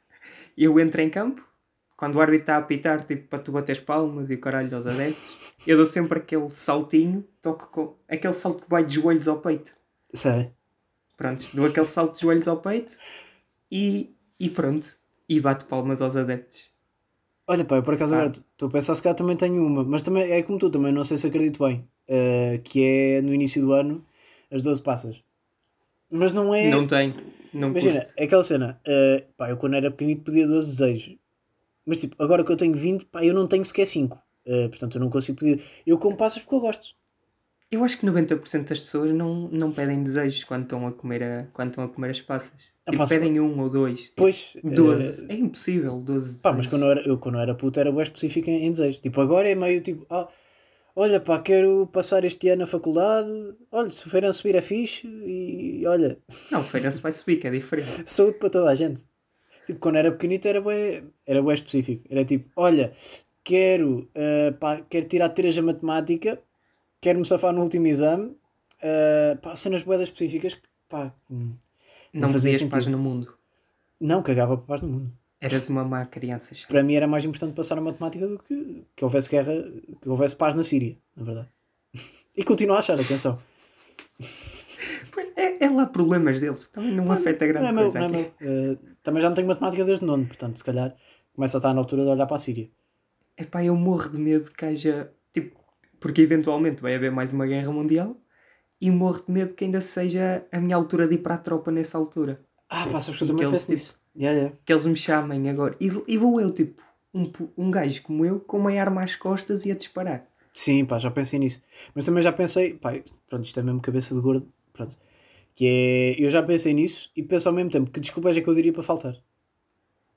eu entro em campo, quando o árbitro está a apitar, tipo, para tu bateres palmas e o caralho aos adeptos, eu dou sempre aquele saltinho, toco com aquele salto que vai de joelhos ao peito. Sei. Pronto, dou aquele salto de joelhos ao peito e pronto. E bato palmas aos adeptos. Olha pá, eu por acaso Pá. agora estou a pensar se calhar também tenho uma, mas também é como tu, também não sei se acredito bem, que é no início do ano as 12 passas. Mas não é. Não tenho, não Imagina, curto. é aquela cena, pá, eu quando era pequenito pedia 12 desejos, mas tipo, agora que eu tenho 20, pá, eu não tenho sequer 5. Portanto, eu não consigo pedir. Eu como passas porque eu gosto. Eu acho que 90% das pessoas não pedem desejos quando estão a comer as passas. Ah, Tipo, pá, se- pedem 1 ou 2. Tipo, Pois, 12. É impossível, 12 pá, mas desejos. quando eu era puto era bem específico em desejos. Tipo, agora é meio tipo, olha pá, quero passar este ano na faculdade, olha, se o Feirança subir é fixe e olha, Não, o Feirense vai subir, que é diferente. saúde para toda a gente. Tipo, quando era pequenito era bem específico. Era tipo, olha, quero tirar 3 a matemática, quero-me safar no último exame, pá, cenas buedas específicas que, pá, Não fazia pedias paz sentido. no mundo. Não cagava para paz no mundo. Eras uma má criança. Para mim era mais importante passar a matemática do que houvesse guerra, que houvesse paz na Síria, na verdade. E continuo a achar, atenção. Pois, é lá problemas deles. Também não afeta grande Não é coisa meu, não é aqui. meu. Também já não tenho matemática desde nono, portanto, se calhar começa a estar na altura de olhar para a Síria. Epá, eu morro de medo que haja... Tipo, porque eventualmente vai haver mais uma guerra mundial e morro de medo que ainda seja a minha altura de ir para a tropa nessa altura. Pá, sabes que eu E também que eles, penso nisso. Yeah. Que eles me chamem agora. E vou eu, tipo, um gajo como eu, com uma arma às costas e a disparar. Sim, pá, já pensei nisso. Mas também já pensei, pá, pronto, isto é mesmo cabeça de gordo, pronto. Que é, eu já pensei nisso e penso ao mesmo tempo que desculpas é que eu diria para faltar.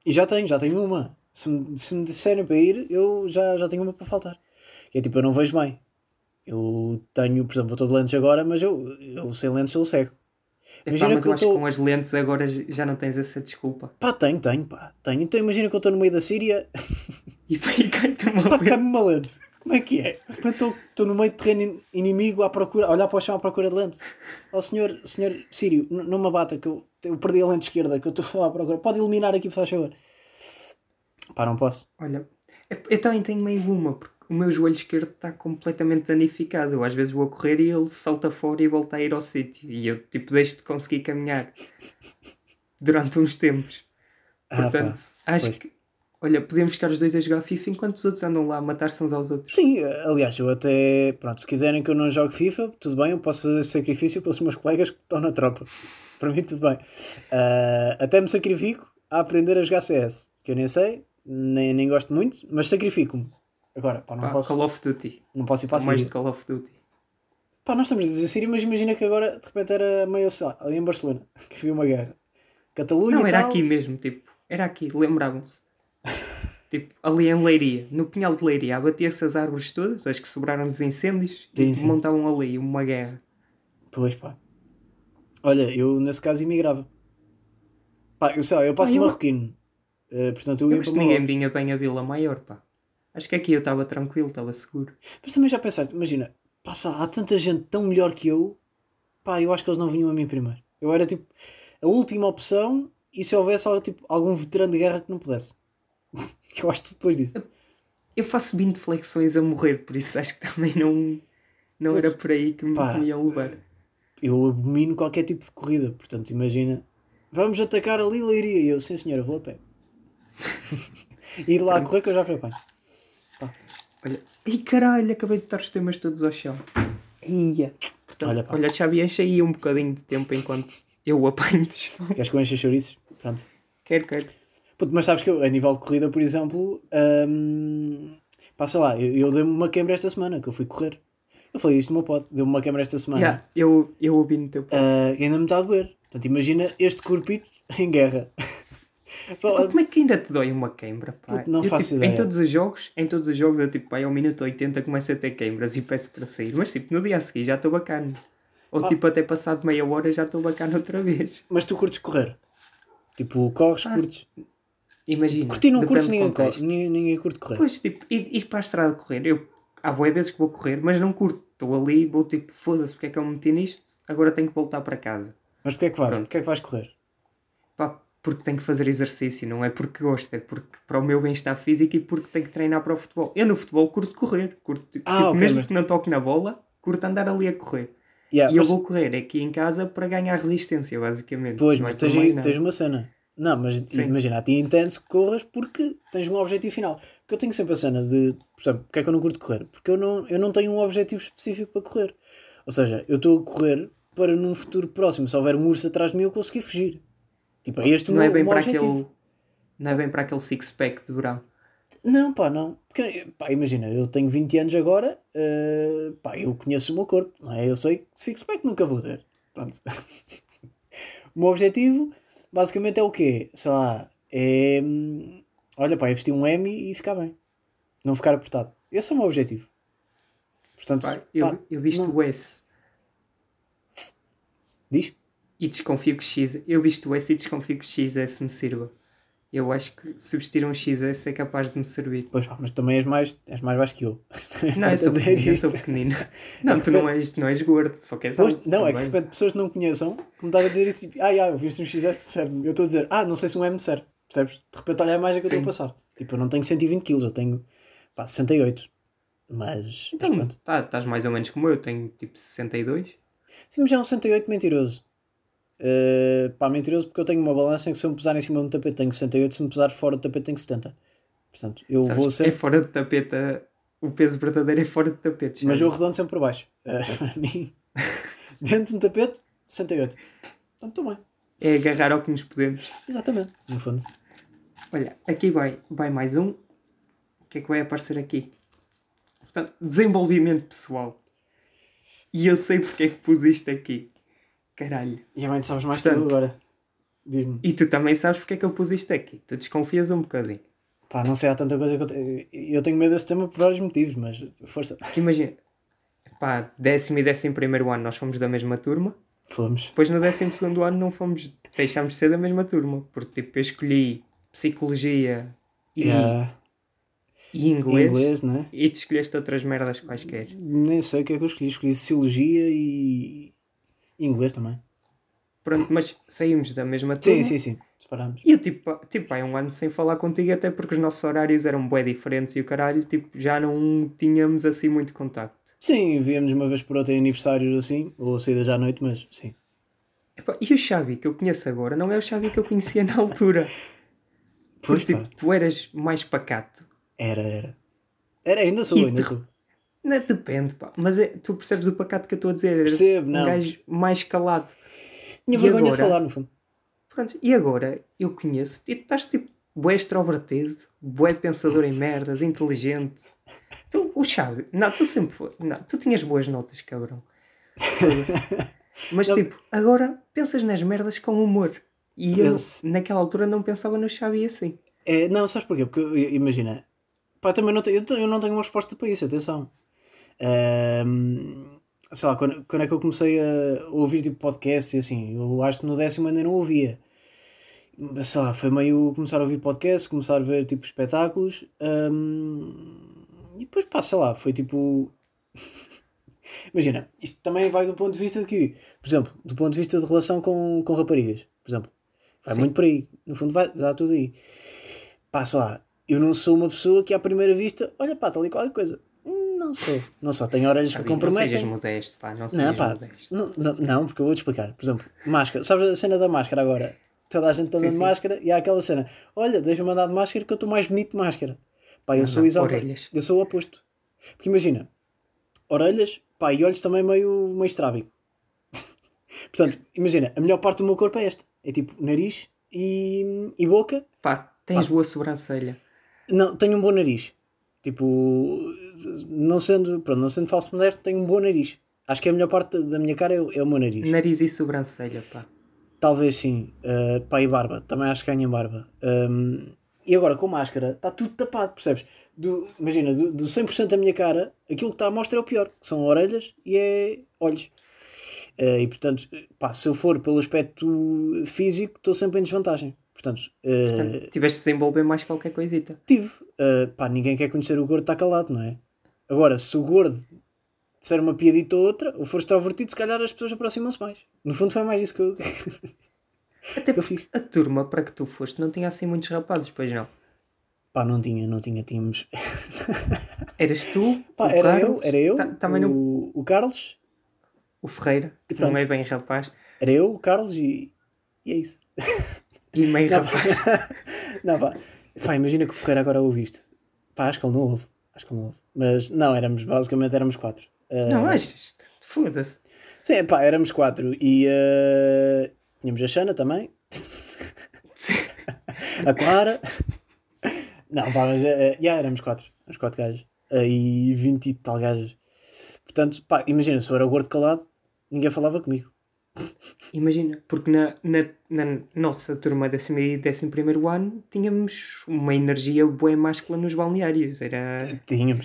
E já tenho uma. Se me disserem para ir, eu já tenho uma para faltar. Que é tipo, eu não vejo bem. Eu tenho, por exemplo, eu estou de lentes agora, mas eu sem lentes eu cego. Epá, Imagina mas que eu eu acho que estou. com as lentes agora já não tens essa desculpa. Pá, tenho, pá. Tenho. Então imagina que eu estou no meio da Síria. E vai cai-te uma Pá, lente. cabe-me uma lente. Como é que é? De repente estou no meio de terreno inimigo à procura, a olhar para o chão à procura de lente. Ó senhor Sírio, não me abata que eu perdi a lente esquerda, que eu estou à procura. Pode eliminar aqui, por favor. Pá, não posso. Olha, eu também tenho meio uma, porque o meu joelho esquerdo está completamente danificado. Eu às vezes vou a correr e ele salta fora e volta a ir ao sítio. E eu tipo deixo de conseguir caminhar durante uns tempos. Portanto, Pá, acho pois. que, olha, podemos ficar os dois a jogar FIFA enquanto os outros andam lá a matar-se uns aos outros. Sim, aliás, eu até. Pronto, se quiserem que eu não jogue FIFA, tudo bem, eu posso fazer esse sacrifício pelos meus colegas que estão na tropa. Para mim, tudo bem. Até me sacrifico a aprender a jogar CS, que eu nem sei, nem gosto muito, mas sacrifico-me. Agora, pá, Pá, Call of Duty. não posso ir para Só a mais de Síria. Call of Duty. Pá, nós estamos a dizer Síria, mas imagina que agora de repente era meio assim, ali em Barcelona, que havia uma guerra. Catalunha Não, e era tal. aqui mesmo, tipo, era aqui, lembravam-se. Tipo, ali em Leiria, no Pinhal de Leiria, abatia-se as árvores todas, as que sobraram dos incêndios, Sim, e sim. montavam ali uma guerra. Pois pá. Olha, eu nesse caso imigrava. Pá, eu sei lá, eu Pá, passo marroquino. Portanto, eu eu ia acho para que ninguém Marrocos. vinha bem a Vila Maior, pá. Acho que aqui eu estava tranquilo, estava seguro. Mas também já pensaste, imagina, pá, sei lá, há tanta gente tão melhor que eu, pá, eu acho que eles não vinham a mim primeiro. Eu era tipo a última opção e se houvesse tipo, algum veterano de guerra que não pudesse. Eu acho que depois disso. Eu faço 20 flexões a morrer, por isso acho que também não era por aí que Pá, me iam levar. Eu abomino qualquer tipo de corrida, portanto, imagina, vamos atacar ali Leiria. E eu, sim senhora, vou a pé. Ir lá a correr que eu já fui a pé. Olha, e caralho, acabei de dar os temas todos ao chão. Ia. Portanto, Olha, pá. olha, Xabi, enche aí um bocadinho de tempo enquanto eu o apanho de chão. Queres que eu encha chouriços? Pronto. Quero. Puto, mas sabes que eu, a nível de corrida, por exemplo, pá, sei lá, eu dei-me uma quebra esta semana, que eu fui correr. Eu falei isto no meu pod, deu-me uma quebra esta semana. Yeah, eu ouvi no teu ponto. Que ainda me está a doer. Portanto, imagina este corpito em guerra. Pá, como é que ainda te dói uma queimbra, pá? Puto, não faço tipo, ideia. em todos os jogos eu tipo, pá, ao minuto 80 começo a ter queimbras e peço para sair. Mas tipo, no dia a seguir já estou bacana. Ou tipo, até passado meia hora já estou bacana outra vez. Mas tu curtes correr? Tipo, corres, curtes? Imagina. Curtir não depende curtes, do ninguém corre. contexto. Ninguém curte correr. Pois, tipo, ir para a estrada correr. Há boas vezes que vou correr, mas não curto. Estou ali, vou tipo, foda-se, porque é que eu me meti nisto? Agora tenho que voltar para casa. Mas porquê é que vais? Pronto. Porquê é que vais correr? Pá, porque tenho que fazer exercício, não é porque gosto, é porque para o meu bem-estar físico e porque tenho que treinar para o futebol. Eu no futebol curto correr, curto, tipo, ok, mesmo mas- que não toque na bola, curto andar ali a correr. Yeah, E eu mas- vou correr aqui em casa para ganhar resistência, basicamente. Pois, não mas é por mais tens, nada. tens uma cena. Não, mas Sim. imagina, a ti entende-se que corras porque tens um objetivo final. Porque eu tenho sempre a cena de, por exemplo, porque é que eu não curto correr? Porque eu não tenho um objetivo específico para correr. Ou seja, eu estou a correr para num futuro próximo, se houver um urso atrás de mim, eu conseguir fugir. Tipo, é este o Não é meu, bem o meu para objetivo. aquele, não é bem para aquele six-pack de verão. Não, pá, não. Porque, pá, imagina, eu tenho 20 anos agora, pá, eu conheço o meu corpo, não é? Eu sei que six-pack nunca vou ter. Pronto. O meu objetivo, basicamente, é o quê? Sei lá, é... Olha, pá, é vestir um M e ficar bem. Não ficar apertado. Esse é o meu objetivo. Portanto, Pá, pá, eu visto não- o S Diz? e desconfio que X. Eu visto o S e desconfio que XS me sirva. Eu acho que se vestir um XS é capaz de me servir. Pois pá, mas também és mais baixo que eu. Não, eu sou Para dizer pequenino, eu isto. sou pequenino. Não, tu não és gordo, só que és Pois, alto. não, é que de também. repente pessoas que não conheçam, como estava a dizer isso, eu visto um XS serve. Eu estou a dizer, não sei se um M serve, percebes? De repente olha a imagem que eu estou a passar. Tipo, eu não tenho 120 kg, eu tenho, pá, 68. Mas Então, pronto. estás mais ou menos como eu, tenho tipo 62. Sim, mas é um 68 mentiroso. Pá, mentiroso porque eu tenho uma balança em que se eu me pesar em cima de um tapete tenho 68, se me pesar fora do tapete tenho 70. Portanto, eu Sabes, vou é sempre... fora de tapete, o peso verdadeiro é fora de tapete. Mas já. eu redondo sempre por baixo. Para mim, dentro de um tapete, 68. Portanto, estou bem. É agarrar ao que nos podemos. Exatamente, no fundo. Olha, aqui vai mais um. O que é que vai aparecer aqui? Portanto, desenvolvimento pessoal. E eu sei porque é que pus isto aqui. Caralho. E a mãe sabes mais que eu Portanto, agora. Diz-me. E tu também sabes porque é que eu pus isto aqui. Tu desconfias um bocadinho. Pá, não sei, há tanta coisa que eu tenho medo desse tema por vários motivos, mas força. Porque imagina, pá, 10º e 11º ano nós fomos da mesma turma. Fomos. Depois no 12º ano não fomos, deixámos de ser da mesma turma. Porque tipo, eu escolhi Psicologia Yeah. e Inglês. Inglês, não é? E tu escolheste outras merdas quaisquer. Nem sei o que é que eu escolhi. Escolhi Sociologia e Inglês também. Pronto, mas saímos da mesma turma. Sim. Separámos. E eu tipo há um ano sem falar contigo, até porque os nossos horários eram bué diferentes e o caralho, tipo, já não tínhamos assim muito contacto. Sim, víamos uma vez por outra em aniversários assim, ou saídas à noite, mas sim. Epá, e o Xavi que eu conheço agora não é o Xavi que eu conhecia na altura. Pois, Porque pá. tipo, tu eras mais pacato. Era, ainda sou, E ainda te- sou. Não, depende, pá. Mas tu percebes o pacato que eu estou a dizer. Eras Percebo, um não. gajo mais calado. Tinha E vergonha de agora? falar, no fundo. Pronto, e agora eu conheço-te e tu estás tipo bué extrovertido, bué pensador em merdas, inteligente. O Xavi, não, tu sempre foi. Não, tu tinhas boas notas, cabrão. Foda-se. Mas Não. tipo, agora pensas nas merdas com humor. E Penso. eu naquela altura não pensava no Xavi assim. Não, sabes porquê? Porque imagina, pá, também não tenho, eu não tenho uma resposta para isso, atenção. Sei lá, quando é que eu comecei a ouvir tipo podcasts e assim, eu acho que no 10º ainda não ouvia. Mas, sei lá, foi meio começar a ouvir podcasts, começar a ver tipo espetáculos, e depois pá, sei lá, foi tipo. Imagina, isto também vai do ponto de vista de que, por exemplo, do ponto de vista de relação com raparigas, por exemplo, vai Sim. muito por aí, no fundo vai dar tudo aí. Pá, sei lá, eu não sou uma pessoa que à primeira vista, olha pá, tal e qualquer coisa. Não sou, tenho orelhas que Xavi, não sejas comprometem. modesto, pá, não Não, sejas pá, modesto. não, porque eu vou-te explicar. Por exemplo, máscara, sabes a cena da máscara agora? Toda a gente anda Sim, de sim. máscara e há aquela cena, olha, deixa-me andar de máscara que eu estou mais bonito de máscara. Pá, eu sou Não, exatamente, orelhas. eu sou o oposto. Porque imagina, orelhas, pá, e olhos também meio estrábico. Portanto, imagina, a melhor parte do meu corpo é esta. É tipo nariz e boca. Pá, tens boa sobrancelha. Não, tenho um bom nariz. Tipo, não sendo falso modesto, tenho um bom nariz. Acho que a melhor parte da minha cara é o meu nariz. Nariz e sobrancelha, pá. Talvez sim. Pá, e barba. Também acho que ganha barba. E agora com máscara está tudo tapado, percebes? Imagina, do 100% da minha cara, aquilo que está à mostra é o pior. Que são orelhas e é olhos. E portanto, pá, se eu for pelo aspecto físico, estou sempre em desvantagem. Portanto, Portanto, tiveste de desenvolver mais qualquer coisita. tive. Pá, ninguém quer conhecer o gordo, está calado, não é? Agora, se o gordo disser uma piadita ou outra, ou for extrovertido, se calhar as pessoas aproximam-se mais. No fundo foi mais isso que eu, Até que eu porque fiz. a turma para que tu foste não tinha assim muitos rapazes, pois não? Pá, não tinha, tínhamos... Eras tu, Pá, o era Carlos, eu, também não, o Carlos, o Ferreira, que pronto. não é bem rapaz, era eu, o Carlos e é isso. e meio Não, rapaz. não, pá, imagina que o Ferreira agora ouve isto. Pá, acho que ele não ouve. Mas não, basicamente éramos 4. Não achas? Foda-se. Sim, pá, éramos 4 e tínhamos a Xana também, a Clara. Não, pá, mas já éramos 4. Éramos 4 gajos. E 20 e tal gajas. Portanto, pá, imagina, se eu era o gordo calado, ninguém falava comigo. Imagina, porque na nossa turma 10º e 11º ano tínhamos uma energia bué máscula nos balneários. Era... Tínhamos.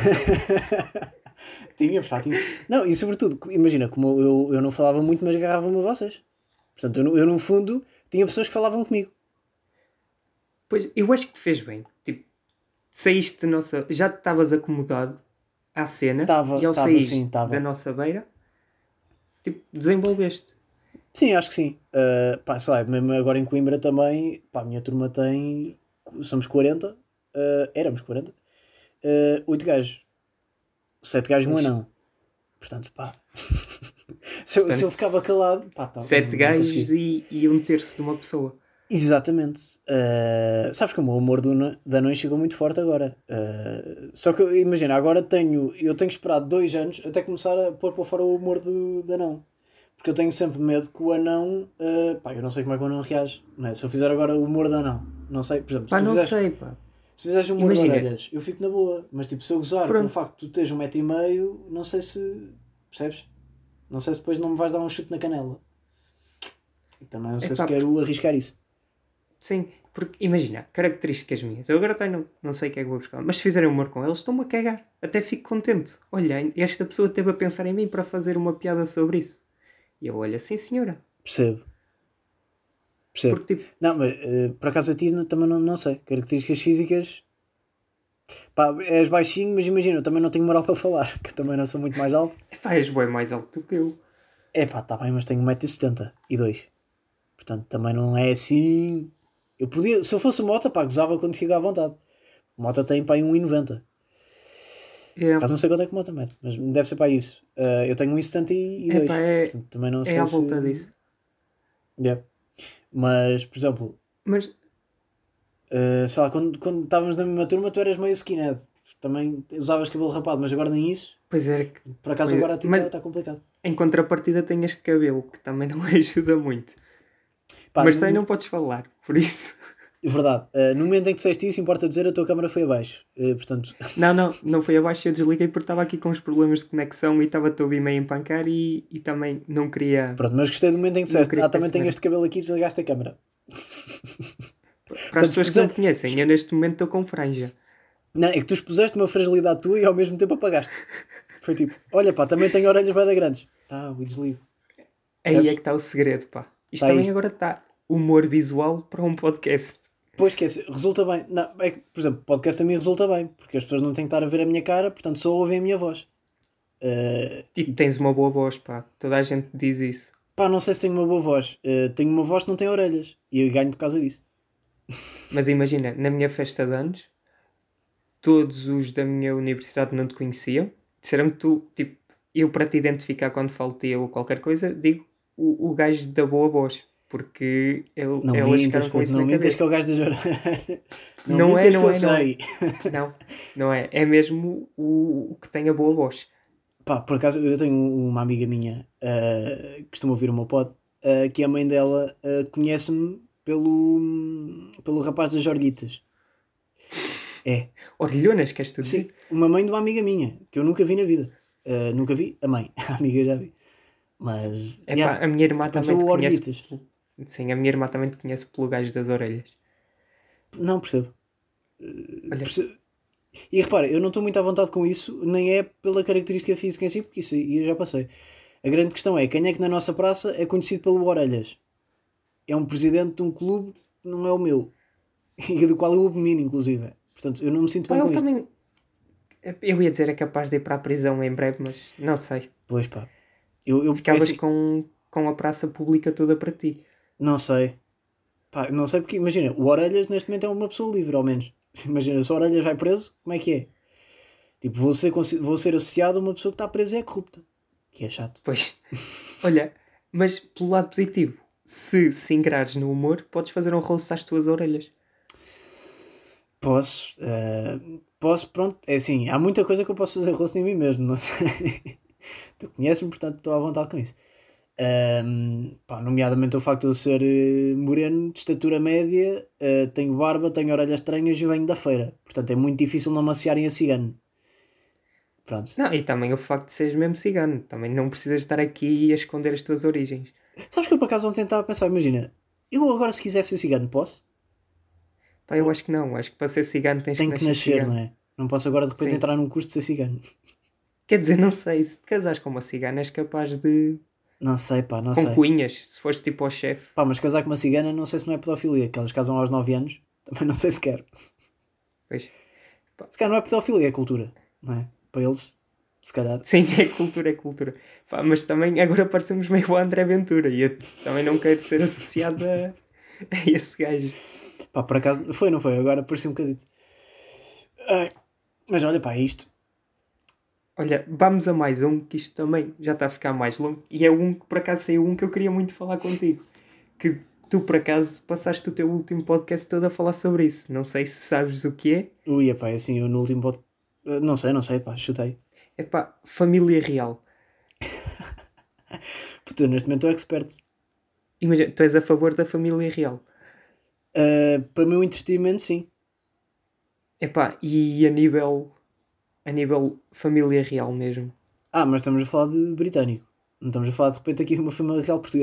Tínhamos, pá, tínhamos. Não, e sobretudo, imagina, como eu não falava muito, mas agarrava-me a vocês. Portanto, eu no fundo tinha pessoas que falavam comigo. Pois, eu acho que te fez bem. Tipo, saíste da nossa... Já te estavas acomodado à cena Tava, e ao tava, saíste sim, tava. da nossa beira, tipo, desenvolveste. Sim, acho que sim. Pá, sei lá, mesmo agora em Coimbra também, pá, a minha turma tem... Somos 40. Éramos 40. 8 gajos. 7 gajos, um Pois. anão. Portanto, pá... se eu ficava calado, pá, tá, 7 não gajos conseguia. e 1/3 de uma pessoa. Exatamente. Sabes que o meu humor da noite chegou muito forte agora. Só que imagina, agora eu tenho que esperar 2 anos até começar a pôr para fora o humor do anão. Porque eu tenho sempre medo que o anão, pá, eu não sei como é que o anão reage, não é? Se eu fizer agora o humor do anão, não sei, por exemplo, Pá, não sei, pá. se fizeres o humor de Imagina. orelhas, eu fico na boa, mas tipo, se eu gozar com o Pronto. facto de tu teres 1,5 m, não sei se, percebes? Não sei se depois não me vais dar um chute na canela. Também não sei se Epá, quero arriscar isso. Sim, porque imagina, características minhas. Eu agora tenho, não sei o que é que vou buscar, mas se fizerem humor com eles, estão-me a cagar. Até fico contente. Olha, esta pessoa esteve a pensar em mim para fazer uma piada sobre isso. E eu olho, sim senhora. Percebo. Porque tipo, Não, mas por acaso a ti também não sei. Características físicas. Pá, és baixinho, mas imagina, eu também não tenho moral para falar, que também não sou muito mais alto. epá, és bem mais alto do que eu. É pá, tá bem, mas tenho 1,72 m. Portanto, também não é assim. Eu podia, se eu fosse Mota, pá, gozava quando fica à vontade. Mota tem pá aí 1,90 m. É, Caso não sei quanto é que Mota mete, mas deve ser para isso. Eu tenho 1,72 m. epá, Portanto, também não é sei à se. volta disso. Yeah. Mas, por exemplo, Mas, sei lá, quando estávamos na mesma turma, tu eras meio skinhead. Também usavas cabelo rapado, mas agora nem isso. pois é, Por acaso pois é. agora a ti Mas está complicado. em contrapartida tenho este cabelo, que também não ajuda muito. Pá, Mas sei, não podes falar, por isso. verdade. No momento em que disseste isso, importa dizer, a tua câmara foi abaixo. Portanto, Não foi abaixo, eu desliguei porque estava aqui com os problemas de conexão e estava-te a ouvir meio empancar e também não queria. pronto, mas gostei do momento em que Não disseste. queria que Também desse tenho merda. este cabelo aqui e desligaste a câmara. Para as pessoas que não puser- me conhecem, eu neste momento estou com franja. Não, é que tu expuseste uma fragilidade tua e ao mesmo tempo apagaste. Foi tipo, olha pá, também tenho orelhas bem grandes. Tá, e desligo. Aí Percebes? é que está o segredo, pá. Isto Tá também isto. agora está humor visual para um podcast. Pois que resulta bem. Não, é que, por exemplo, podcast a mim resulta bem, porque as pessoas não têm que estar a ver a minha cara, portanto só ouvem a minha voz. E tu tens uma boa voz, pá. Toda a gente diz isso. Pá, não sei se tenho uma boa voz. Tenho uma voz que não tem orelhas. E eu ganho por causa disso. Mas imagina, na minha festa de anos, todos os da minha universidade não te conheciam. Disseram que tu, tipo, eu para te identificar quando falo de ti ou qualquer coisa, digo o gajo da boa voz. Porque Não elas mintas, ficaram com puto, isso não na mintas que cabeça. é o gajo das orelhas. Não é, mintas não que eu é, não é. sei. Não, não é. É mesmo o que tem a boa voz. Pá, por acaso eu tenho uma amiga minha que costuma ouvir o meu pod, que a mãe dela conhece-me pelo rapaz das orelhitas. É, Orelhonas, queres tu dizer? sim, uma mãe de uma amiga minha, que eu nunca vi na vida. Nunca vi, a mãe, a amiga já vi. Mas, É yeah, pá, a minha irmã portanto, também te sou conhece. orelhitas. Sim, a minha irmã também te conhece pelo gajo das orelhas. Não percebo. Olha, Percebo. E repara, eu não estou muito à vontade com isso, nem é pela característica física em si, porque isso aí eu já passei. A grande questão é, quem é que na nossa praça é conhecido pelo Orelhas? É um presidente de um clube que não é o meu. E do qual eu abomino, inclusive. Portanto, eu não me sinto pá, bem ele com isto. também. Eu ia dizer é capaz de ir para a prisão em breve, mas não sei. Pois pá. Eu Ficavas assim, com a praça pública toda para ti. não sei. Pá, não sei porque, imagina, o Orelhas neste momento é uma pessoa livre, ao menos. Imagina, se o Orelhas vai preso, como é que é? Tipo, vou ser associado a uma pessoa que está presa e é corrupta. Que é chato. Pois. Olha, mas pelo lado positivo, se engrares no humor, podes fazer um rosto às tuas orelhas. Posso, pronto. É assim, há muita coisa que eu posso fazer rosto em mim mesmo, não sei. Tu conheces-me, portanto estou à vontade com isso. Pá, nomeadamente o facto de eu ser moreno, de estatura média, tenho barba, tenho orelhas estranhas e venho da feira. Portanto é muito difícil não me associarem a cigano. Pronto. Não, e também o facto de seres mesmo cigano. Também não precisas estar aqui a esconder as tuas origens. Sabes que eu por acaso ontem estava a pensar, imagina, eu agora se quiser ser cigano, posso? Pá, eu acho que não. Acho que para ser cigano tens Tenho que que nascer nascer, cigano. não é? Não posso agora de repente Sim. entrar num curso de ser cigano. Quer dizer, não sei. Se te casares com uma cigana és capaz de... Não sei, pá, não com sei. cunhas. Se fores tipo ao chefe. Pá, mas casar com uma cigana não sei se não é pedofilia, que elas casam aos 9 anos. Também não sei se quero. Pois. Se calhar não é pedofilia, é cultura, não é? Para eles, se calhar. Sim, é cultura, é cultura. Pá, mas também agora parecemos meio o André Ventura e eu também não quero ser associado a esse gajo. Pá, por acaso, não foi? Agora parecia um bocadito. Ai, mas olha, pá, é isto. Olha, vamos a mais um, que isto também já está a ficar mais longo. E é um que por acaso saiu um que eu queria muito falar contigo. Que tu por acaso passaste o teu último podcast todo a falar sobre isso. Não sei se sabes o que é. Ui, pá, assim, eu no último pod... Não sei, pá, chutei. É pá, família real. Puta, eu neste momento estou expert. Imagina, tu és a favor da família real. Para o meu entretenimento, sim. Epá, e a nível família real mesmo. Mas estamos a falar de britânico. Não estamos a falar de repente aqui de uma família real portuguesa.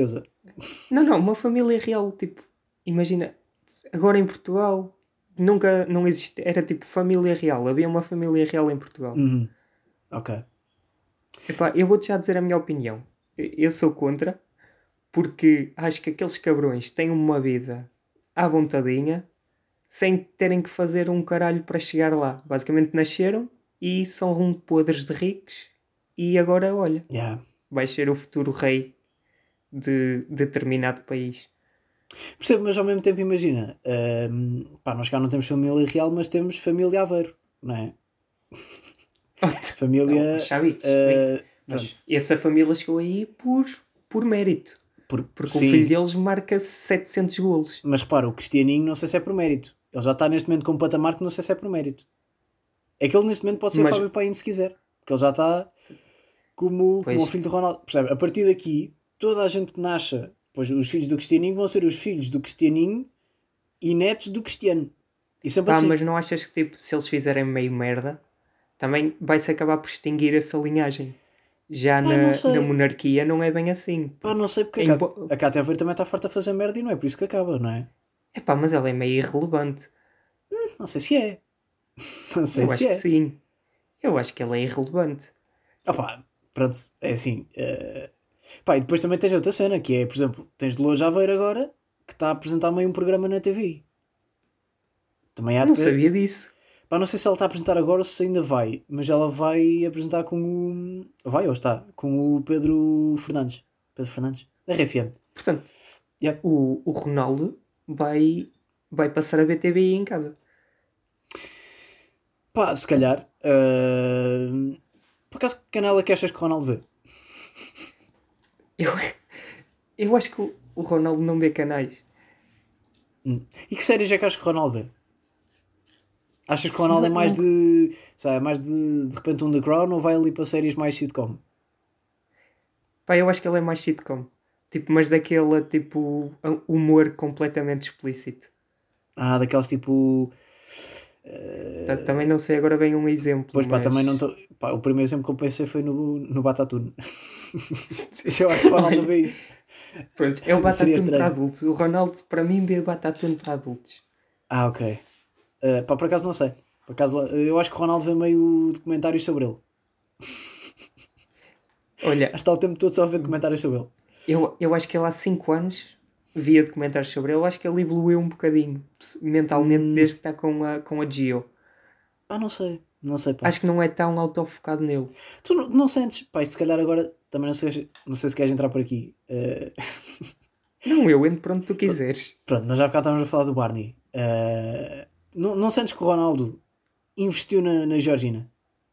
Não, uma família real, tipo, imagina, agora em Portugal nunca não existe, era tipo família real, havia uma família real em Portugal. Ok. Epá, eu vou-te já dizer a minha opinião. Eu sou contra, porque acho que aqueles cabrões têm uma vida à vontadinha, sem terem que fazer um caralho para chegar lá. Basicamente nasceram e são podres de ricos e agora, olha, Yeah. vais ser o futuro rei de determinado país. Percebo, mas ao mesmo tempo imagina, pá, nós cá não temos família real, mas temos família Aveiro, não é? Família. Não, já vi, pronto, mas essa família chegou aí por mérito. Porque sim, o filho deles marca 700 golos. mas repara, o Cristianinho não sei se é por mérito. Ele já está neste momento com um patamar que não sei se é por mérito. É que ele neste momento pode ser Mas- Fábio Paim se quiser. Porque ele já está como Pois. o filho de Ronaldo. Percebe? A partir daqui, toda a gente que nasce, pois os filhos do Cristianinho vão ser os filhos do Cristianinho e netos do Cristiano. E sempre Pá, assim. mas não achas que tipo, se eles fizerem meio merda, também vai-se acabar por extinguir essa linhagem? Já Pá, não sei. na monarquia não é bem assim. Pá, não sei porque a Cátia Aveiro também está farta a fazer merda e não é por isso que acaba, não é? Epá, mas ela é meio irrelevante. Não sei se é. Não sei Eu se acho é. que sim. Eu acho que ela é irrelevante. Ah pá, pronto, é assim. Pá, e depois também tens outra cena, que é, por exemplo, tens de Lourdes Aveiro agora, que está a apresentar meio um programa na TV. Também há de Não ver- sabia disso. Pá, não sei se ela está a apresentar agora ou se ainda vai, mas ela vai apresentar com o... Vai ou está? Com o Pedro Fernandes. Pedro Fernandes? Da RFM. Portanto, Yep. o Ronaldo vai passar a ver TV em casa. Pá, se calhar. Por acaso, que canal é que achas que o Ronaldo vê? Eu acho que o Ronaldo não vê canais. E que séries é que achas que o Ronaldo vê? Achas que o Ronaldo é mais de... Sabe, é mais de repente um The Crown ou vai ali para séries mais sitcom? Pá, eu acho que ele é mais sitcom. Tipo, mas daquele tipo humor completamente explícito. Ah, daqueles tipo... Também não sei agora bem um exemplo. Pois pá, mas... também não estou... Pá, o primeiro exemplo que eu pensei foi no Batatune. Eu acho que o Ronaldo vê isso. Pronto, é o Seria Batatune estranho. para adultos. O Ronaldo, para mim, vê Batatune para adultos. Ah, ok. Pá, por acaso não sei. Por acaso, eu acho que o Ronaldo vê meio documentários sobre ele. Olha, Acho que está o tempo todo só a ver documentários sobre ele. eu acho que ele há 5 anos via documentários sobre ele. Eu acho que ele evoluiu um bocadinho mentalmente desde que está com a Gio. Pá, não sei. Não sei, pá. Acho que não é tão autofocado nele. Tu não sentes? Pá, e se calhar agora... Também não sei se queres entrar por aqui. Não, eu entro para onde tu quiseres. Pronto, nós já cá estávamos a falar do Barney. Não sentes que o Ronaldo investiu na Georgina?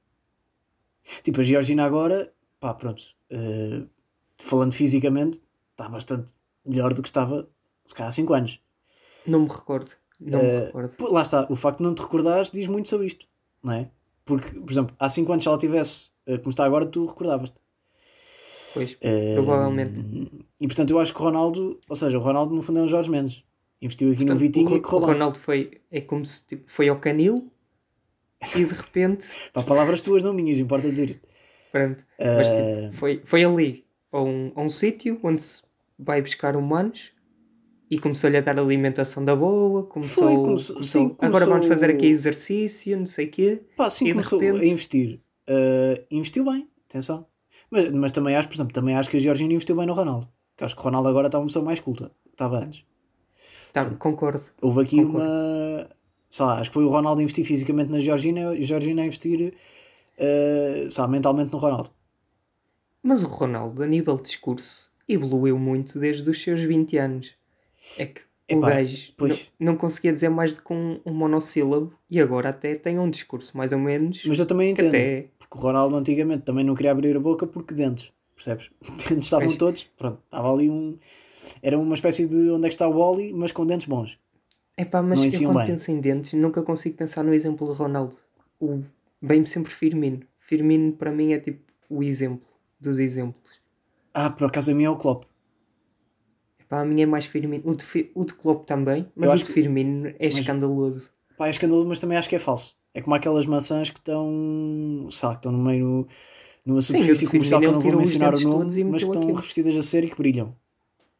Tipo, a Georgina agora, pá, pronto, falando fisicamente, está bastante melhor do que estava, se calhar, há 5 anos. Não me recordo. Não me recordo. Pô, lá está, o facto de não te recordares diz muito sobre isto, não é? Porque, por exemplo, há 5 anos se ela tivesse como está agora, tu recordavas-te. Pois, provavelmente. E portanto eu acho que o Ronaldo, ou seja, o Ronaldo no fundo é um Jorge Mendes. Investiu aqui no Portanto, Vitinho e o correu bem. Ronaldo é como se tipo, foi ao canil e de repente Pá, palavras tuas não minhas, importa dizer isto. pronto. Mas tipo, foi ali a um sítio onde se vai buscar humanos e começou-lhe a dar alimentação da boa, começou, sim, agora vamos fazer aqui começou- exercício, não sei o quê. Pá, sim, E de começou repente- a investir. Investiu bem, atenção. Mas também acho, por exemplo, também acho que a Georgina investiu bem no Ronaldo. Porque acho que o Ronaldo agora está uma pessoa mais culta do que estava antes. Tá, concordo. Houve aqui Concordo. uma... Sei lá, acho que foi o Ronaldo a investir fisicamente na Georgina e a Georgina a investir mentalmente no Ronaldo. Mas o Ronaldo, a nível de discurso, evoluiu muito desde os seus 20 anos. É que o Epá, gajo pois. não conseguia dizer mais do que um monossílabo e agora até tem um discurso mais ou menos Mas eu também que entendo. até Porque o Ronaldo antigamente também não queria abrir a boca porque dentes, percebes? Dentes estavam Pois. todos, pronto, estava ali um... Era uma espécie de onde é que está o Wally, mas com dentes bons. Epá, mas Não eu ensinam quando bem. penso em dentes nunca consigo pensar no exemplo de Ronaldo. Bem-me sempre Firmino. Firmino para mim é tipo o exemplo dos exemplos. Por acaso a minha é o Klopp. Epá, a minha é mais Firmino. O de Klopp também, mas Eu o acho de que- Firmino é escandaloso. Pá, é escandaloso, mas também acho que é falso. É como aquelas maçãs que estão, sabe, que estão no meio numa Sim, superfície o comercial que eu Firmino, não ele vou tirou os mencionar o dentes nome, todos e mas que meteu estão aquilo. revestidas a cera e que brilham.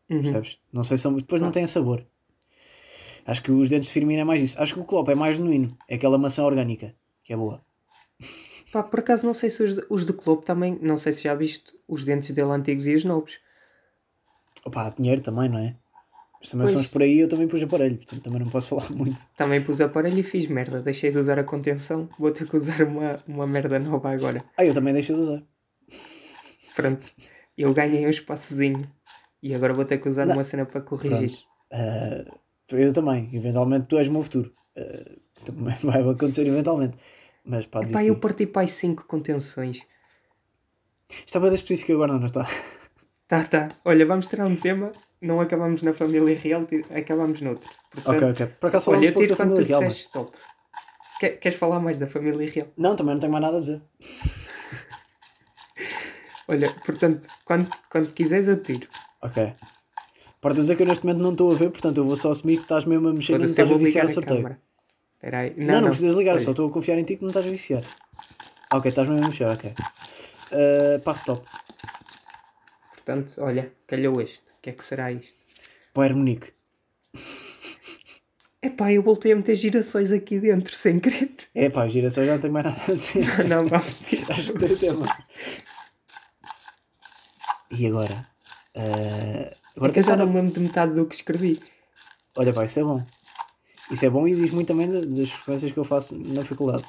Percebes? Não sei se depois não têm sabor. Acho que os dentes de Firmino é mais isso. Acho que o Klopp é mais genuíno. É aquela maçã orgânica, que é boa. Pá, por acaso não sei se os do Klopp também, não sei se já viste os dentes dele antigos e os novos. Opa, dinheiro também, não é? Mas também Pois. são os por aí, eu também pus aparelho, portanto também não posso falar muito. Também pus aparelho e fiz merda. Deixei de usar a contenção. Vou ter que usar uma merda nova agora. Eu também deixei de usar. Pronto. Eu ganhei um espaçozinho. E agora vou ter que usar uma cena para corrigir. Pronto. Eu também, eventualmente tu és o meu futuro. Também vai acontecer eventualmente. Mas pá, Epá, desistir. eu parti para aí 5 contenções. Está bem específico agora, não está? Tá. Olha, vamos tirar um tema. Não acabamos na família real, acabamos noutro. Portanto, Ok. Por acaso olha, falamos eu um pouco tiro da quando tu família real, disseste stop. Queres falar mais da família real? Não, também não tenho mais nada a dizer. Olha, portanto, quando quiseres eu tiro. Ok. Para dizer que eu neste momento não estou a ver, portanto eu vou só assumir que estás mesmo a mexer e não Foda-se, eu estás a vou viciar ligar o a sorteio. câmara. Espera aí. Não precisas ligar, Olha, só estou a confiar em ti que não estás a viciar. Ok, estás mesmo a mexer, ok. Passo top. Portanto, olha, calhou este. O que é que será isto? Bayern Munique. Epá, eu voltei a meter girassóis aqui dentro, sem querer. Gira só, já não tenho mais nada a dizer. Não, vamos tirar. Acho que tem tema. E agora? Agora que eu já não me lembro de metade do que escrevi. Olha pá, isso é bom. Isso é bom e diz muito também das frequências que eu faço na faculdade.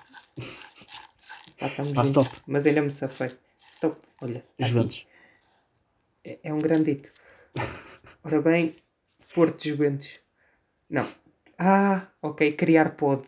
Pá, estamos Pá, juntos. stop. Mas ainda me safei. Stop. Olha, aqui. Juventus. É um grandito. Ora bem, Porto Juventus. Não. Ok, criar pod.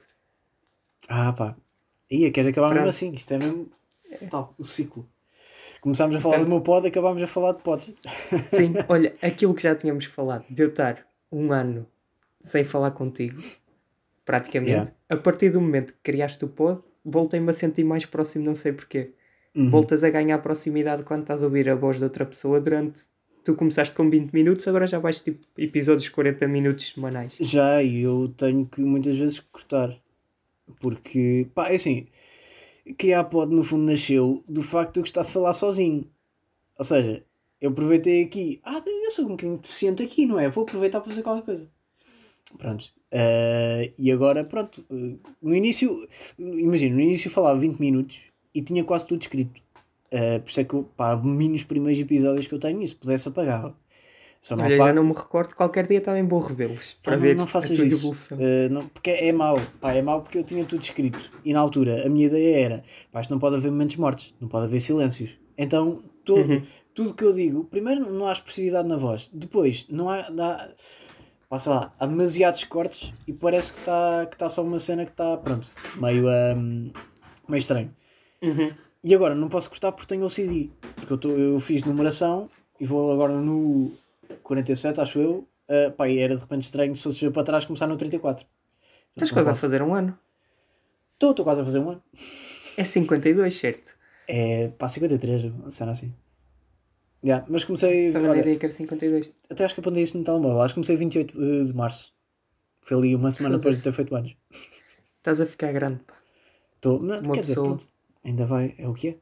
Pá. Queres acabar Pronto. mesmo assim? Isto é mesmo tal, o ciclo. Começámos a falar Portanto, do meu pod, acabámos a falar de pods. Sim, olha, aquilo que já tínhamos falado, de eu estar um ano sem falar contigo, praticamente, Yeah. a partir do momento que criaste o pod, voltei-me a sentir mais próximo, não sei porquê. Uhum. Voltas a ganhar proximidade quando estás a ouvir a voz de outra pessoa durante... Tu começaste com 20 minutos, agora já vais tipo episódios de 40 minutos semanais. Já, e eu tenho que muitas vezes cortar. Porque, pá, é assim, criar pod no fundo nasceu do facto de eu gostar de falar sozinho. Ou seja, eu aproveitei aqui, eu sou um bocadinho deficiente aqui, não é? Vou aproveitar para fazer qualquer coisa. Pronto. E agora, pronto, no início, imagina, no início eu falava 20 minutos e tinha quase tudo escrito. Por isso é que, abomino os primeiros episódios que eu tenho e se pudesse apagava. Só não Olha, apago. já não me recordo, qualquer dia também vou revê-los para ver Não a faças tua isso. evolução. Não, porque é mau. É mau porque eu tinha tudo escrito. E na altura a minha ideia era, isto não pode haver momentos mortos, não pode haver silêncios. Então tudo que eu digo, primeiro não há expressividade na voz, depois não há sei lá, há demasiados cortes e parece que está só uma cena que está, pronto, meio estranho. E agora não posso cortar porque tenho OCD, porque eu fiz numeração e vou agora no 47, acho eu. E era de repente estranho se fosse ver para trás começar no 34. Estás quase a fazer um ano. Estou quase a fazer um ano. É 52, certo? É 53, uma cena assim. Mas comecei. Estava na Olha, ideia que era 52. até acho que apontei isso no telemóvel. Acho que comecei 28 de março. Foi ali uma semana depois de ter feito anos. Estás a ficar grande, pá. Não, Uma quer dizer, pessoa. pronto, ainda vai, é o que é.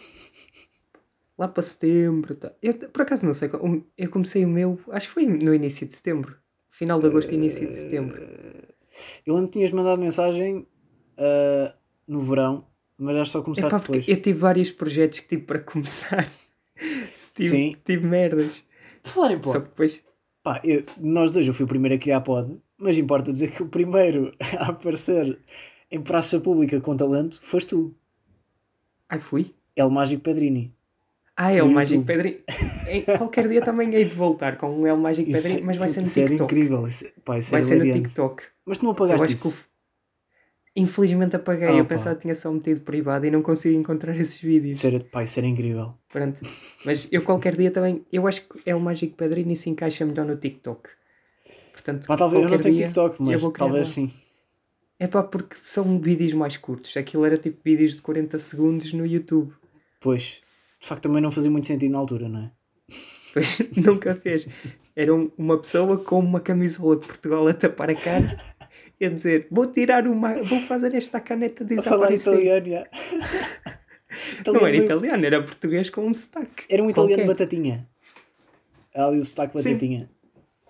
Lá para setembro. Tá. Eu, por acaso, não sei. Eu comecei o meu. Acho que foi no início de setembro. Final de agosto, início de setembro. Eu lembro que tinhas mandado mensagem no verão, mas acho que só começar Epá, depois. porque eu tive vários projetos que tive para começar. Sim. Tive merdas. Por falar em Só pod, que depois. nós dois, eu fui o primeiro a criar pod, mas importa dizer que o primeiro a aparecer em praça pública com talento foste tu. Ai, fui? El Mágico Pedrini. É o No Mágico YouTube. Pedrinho. Qualquer dia também hei de voltar com o El Mágico Pedrinho, mas vai ser no Isso era TikTok. incrível. Isso Vai era ser no hilariante. TikTok. Mas tu não Eu apagaste acho que isso? infelizmente apaguei. Ah, Eu pá. pensava que tinha só metido privado e não consigo encontrar esses vídeos. Isso era incrível. Pronto. Mas eu qualquer dia também. Eu acho que El Mágico Pedrinho se encaixa melhor no TikTok. Portanto, Talvez eu não qualquer tenho dia TikTok, eu mas vou criar talvez lá. sim. É pá, porque são vídeos mais curtos. Aquilo era tipo vídeos de 40 segundos no YouTube. Pois, de facto também não fazia muito sentido na altura, não é? Pois, nunca fez. Era uma pessoa com uma camisola de Portugal a tapar a cara e a dizer: vou fazer esta caneta A falar desaparecer. italiano, já. Não era meio- italiano, era português com um sotaque. Era um italiano qualquer. batatinha. Era ali o sotaque Sim. batatinha.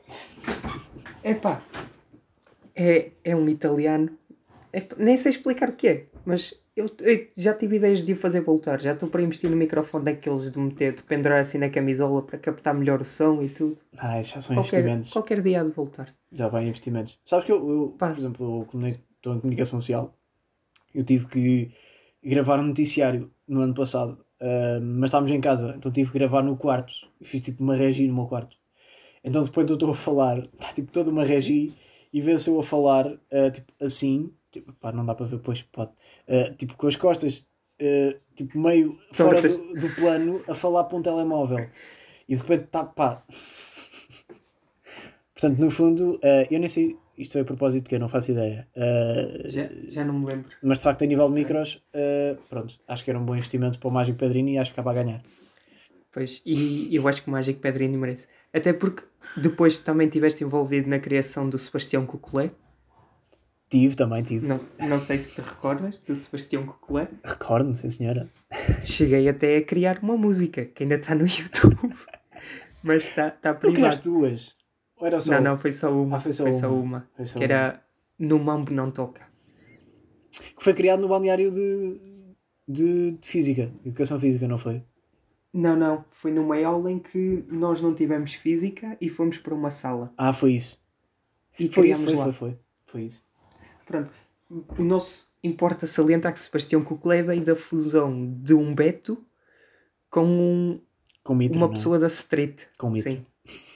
Epá, é um italiano. Nem sei explicar o que é, mas eu já tive ideias de o fazer voltar. Já estou para investir no microfone daqueles de pendurar assim na camisola para captar melhor o som e tudo. Esses já são investimentos. Qualquer dia há de voltar. Já vai em investimentos. Sabes que eu Pá. por exemplo, estou em comunicação social. Eu tive que gravar um noticiário no ano passado. Mas estávamos em casa, então tive que gravar no quarto. Fiz tipo uma regi no meu quarto. Então depois eu estou a falar, está tipo toda uma regi e vê-se eu a falar tipo assim, tipo, pá, não dá para ver, pois pode, tipo com as costas tipo meio fora do plano a falar para um telemóvel e de repente está pá. Portanto, no fundo, eu nem sei, isto foi a propósito de que eu não faço ideia. Já não me lembro. Mas de facto, a nível de micros, pronto, acho que era um bom investimento para o Mágico Pedrini e acho que acaba a ganhar. Pois, e eu acho que o Mágico Pedrini merece. Até porque depois também estiveste envolvido na criação do Sebastião Cocolé. Tive. Não sei se te recordas do Sebastião Cocolé. Recordo-me, sim senhora. Cheguei até a criar uma música que ainda está no YouTube. Mas está Tu privado. criaste duas? Ou era só Não, foi só uma. foi só uma. Que era No Mambo Não Toca. Que foi criado no balneário de Física, Educação Física, não foi? Não. Foi numa aula em que nós não tivemos física e fomos para uma sala. Foi isso. E Foi isso, criámos lá. Foi isso. Pronto. O nosso importa salientar que Sebastião Cocolé veio da fusão de um Beto com Mitra, uma não é? pessoa da street. Com Mitra. Sim.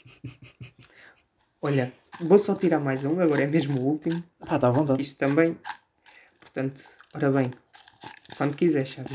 Olha, vou só tirar mais um, agora é mesmo o último. Está à vontade. Isto também. Portanto, ora bem, quando quiser, Xavi.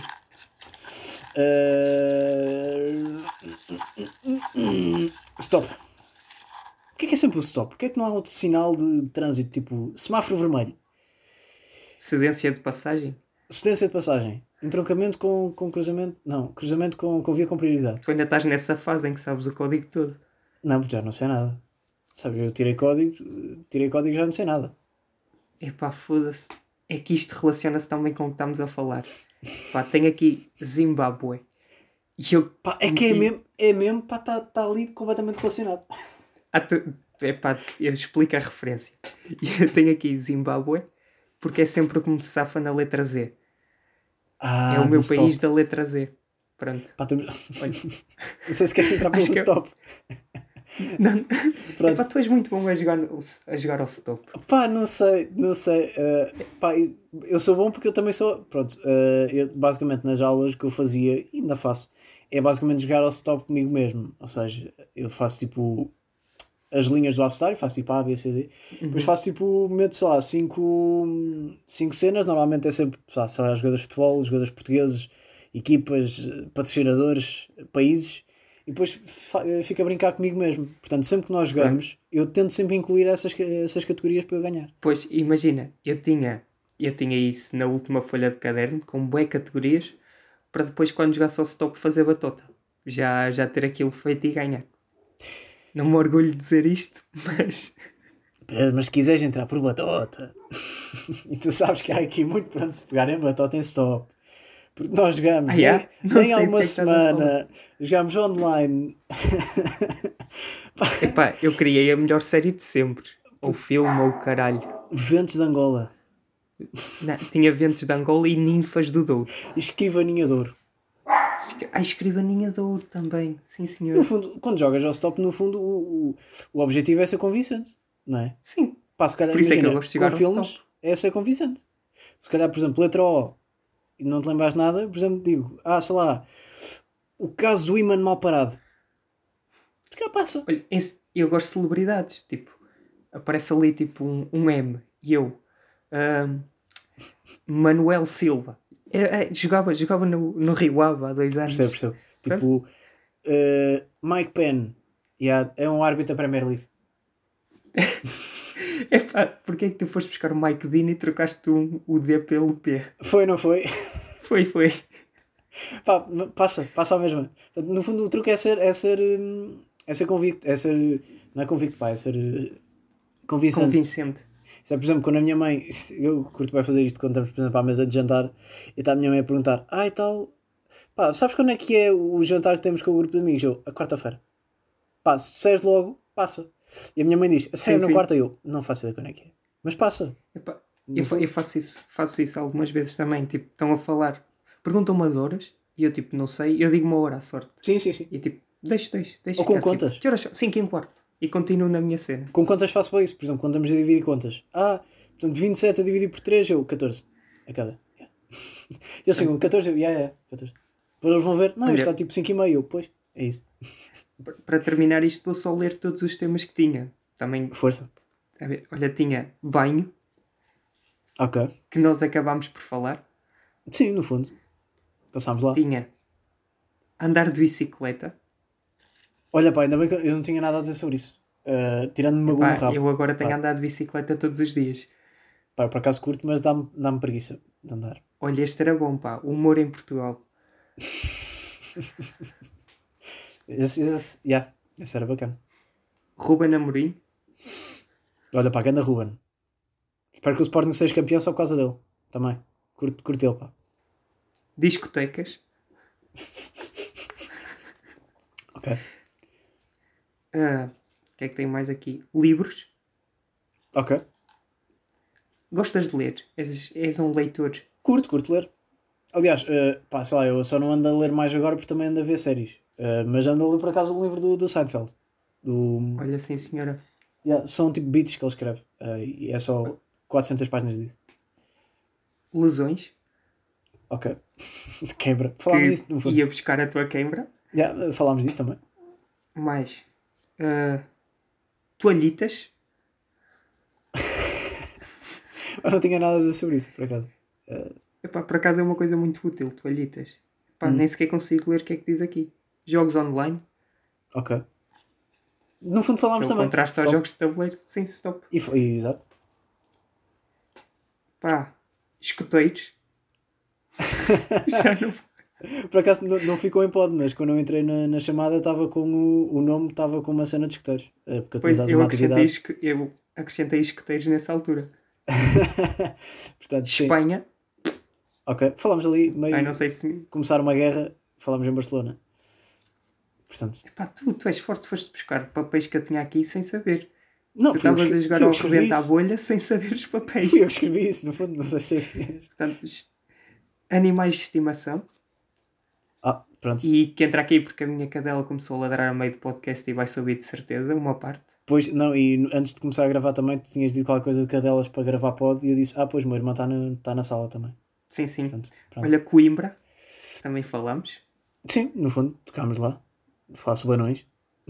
Stop. O que é sempre o stop? Por que é que não há outro sinal de trânsito, tipo semáforo vermelho? Cedência de passagem? Cedência de passagem. Entroncamento com cruzamento. Não, cruzamento com via com prioridade. Tu ainda estás nessa fase em que sabes o código todo. Não, porque já não sei nada. Sabe, eu tirei código e já não sei nada. Epá, foda-se. É que isto relaciona-se também com o que estamos a falar. Pá, tenho aqui Zimbábue. E eu... Pá, é que é mesmo, pá, está ali completamente relacionado. Epá, eu explico a referência. E eu tenho aqui Zimbábue porque é sempre o que me safa na letra Z. É o meu país da letra Z. Pronto. Pá, Olha. Não sei se queres entrar pelo stop. Não. Epá, tu és muito bom a jogar ao stop. Pá, não sei. Pá, eu sou bom porque eu também sou. Pronto, eu, basicamente nas aulas que eu fazia, e ainda faço, é basicamente jogar ao stop comigo mesmo. Ou seja, eu faço tipo as linhas do abecedário, faço tipo A, B, C, D. Depois faço tipo, meto, sei lá, 5 cenas. Normalmente é sempre, sei lá, jogadores de futebol, jogadores portugueses, equipas, patrocinadores, países. E depois fico a brincar comigo mesmo. Portanto, sempre que nós jogamos, eu tento sempre incluir essas categorias para eu ganhar. Pois, imagina, eu tinha isso na última folha de caderno, com bué categorias, para depois, quando jogasse ao stop, fazer batota. Já ter aquilo feito e ganhar. Não me orgulho de dizer isto, mas... Mas se quiseres entrar por batota, e tu sabes que há aqui muito para onde se pegar em batota em stop. Porque nós jogamos nem há uma semana, jogamos online. Epá, eu criei a melhor série de sempre. Ou filme, ou caralho. Ventos de Angola. Não, tinha Ventos de Angola e Ninfas do Douro. E Escrivaninha de Ouro. Escrivaninha de Ouro também. Sim, senhor. No fundo, quando jogas ao stop, no fundo, o objetivo é ser convincente, não é? Sim. Pá, se calhar, por isso imagina, é que eu gosto de jogar com ao filmes, stop. é ser convincente. Se calhar, por exemplo, letra O, e não te lembras nada, por exemplo, digo, sei lá, o caso do imã mal parado. Porque já passa. Olha, eu gosto de celebridades. Tipo, aparece ali tipo um M. E eu... Manuel Silva. Jogava no Rio Ave há 2 anos. Percebo. Tipo, Mike Penn. É um árbitro da Premier League. Epá, porquê é que tu foste buscar o Mike Dean e trocaste o D pelo P? Foi, não foi? Foi. Pá, passa ao mesmo. Portanto, no fundo, o truque é ser convicto. Não é convicto, pá, é ser convincente. Por exemplo, quando a minha mãe, eu curto bem fazer isto quando estamos, por exemplo, à mesa de jantar e está a minha mãe a perguntar, e tal, pá, sabes quando é que é o jantar que temos com o grupo de amigos? Eu, a quarta-feira. Pá, se disseres logo, passa. E a minha mãe diz, sério, no sim. quarto? Eu, não faço ideia quando é que é. Mas passa. Epá, eu faço isso algumas vezes também. Tipo, estão a falar, perguntam umas horas e eu tipo, não sei, eu digo uma hora à sorte. Sim, sim, sim. E tipo, deixa Ou com ficar. contas. Tipo, que horas são? 5 e um quarto. E continuo na minha cena. Com contas faço bem isso. Por exemplo, quando estamos a dividir contas. Portanto, 27 a dividir por 3, eu 14. A cada. Yeah. E eles ficam 14, eu, 14. Depois eles vão ver, não, isto Olha- está tipo 5,5. Eu, pois, é isso. Para terminar isto, vou só ler todos os temas que tinha. Também, Força. a ver, olha, tinha banho, Ok. que nós acabámos por falar. Sim, no fundo. Passámos lá. Tinha andar de bicicleta. Olha, pá, ainda bem que eu não tinha nada a dizer sobre isso. Tirando-me uma goma Pá, no rabo. eu agora tenho Pá. andado de bicicleta todos os dias. Pá, por acaso curto, mas dá-me preguiça de andar. Olha, este era bom, pá. Humor em Portugal. Esse era bacana. Ruben Amorim. Olha, pá, ganda Ruben. Espero que o Sporting seja campeão só por causa dele. Também. Curto ele, pá. Discotecas. Ok. O que é que tem mais aqui? Livros. Ok. Gostas de ler? És um leitor. Curto ler. Aliás, pá, sei lá, eu só não ando a ler mais agora porque também ando a ver séries. Mas ando a ler por acaso o livro do Seinfeld. Olha, sim, senhora. São tipo beats que ele escreve. E é só 400 páginas disso. Lesões. Ok. Quebra. Falámos Que disso no fundo. ia buscar a tua queimbra. Falámos disso também. Mais. Toalhitas. Eu não tinha nada a dizer sobre isso, por acaso. Epá, por acaso é uma coisa muito útil. Toalhitas. Epá, nem sequer consigo ler o que é que diz aqui. Jogos online. Ok. No fundo Que falámos é o também. contraste aos Stop. jogos de tabuleiro sem stop. Exato. Pá, escoteiros. Já não. Por acaso não ficou em pod, mas quando eu entrei na chamada estava com o nome, estava com uma cena de escuteiros. Porque eu Pois, tinha dado eu uma acrescentei, atividade. eu acrescentei escoteiros nessa altura. Portanto, sim. Espanha. Ok. Falámos ali, meio Ai, não sei se... começar uma guerra, falámos em Barcelona. Portanto, Epá, tu és forte, foste buscar papéis que eu tinha aqui sem saber. não, Tu fui eu que estavas a escrevi- jogar fui eu ao que escrevi rebento à isso. bolha sem saber os papéis. Fui eu que escrevi isso, no fundo, não sei se sabias. Portanto, animais de estimação. Pronto. E que entra aqui porque a minha cadela começou a ladrar a meio do podcast e vai subir de certeza, uma parte. Pois, não, e antes de começar a gravar também, tu tinhas dito qualquer coisa de cadelas para gravar pod e eu disse, pois, meu irmão está na sala também. Sim, sim. Portanto, pronto. Olha, Coimbra. Também falamos. Sim, no fundo, tocámos lá. Faço banões.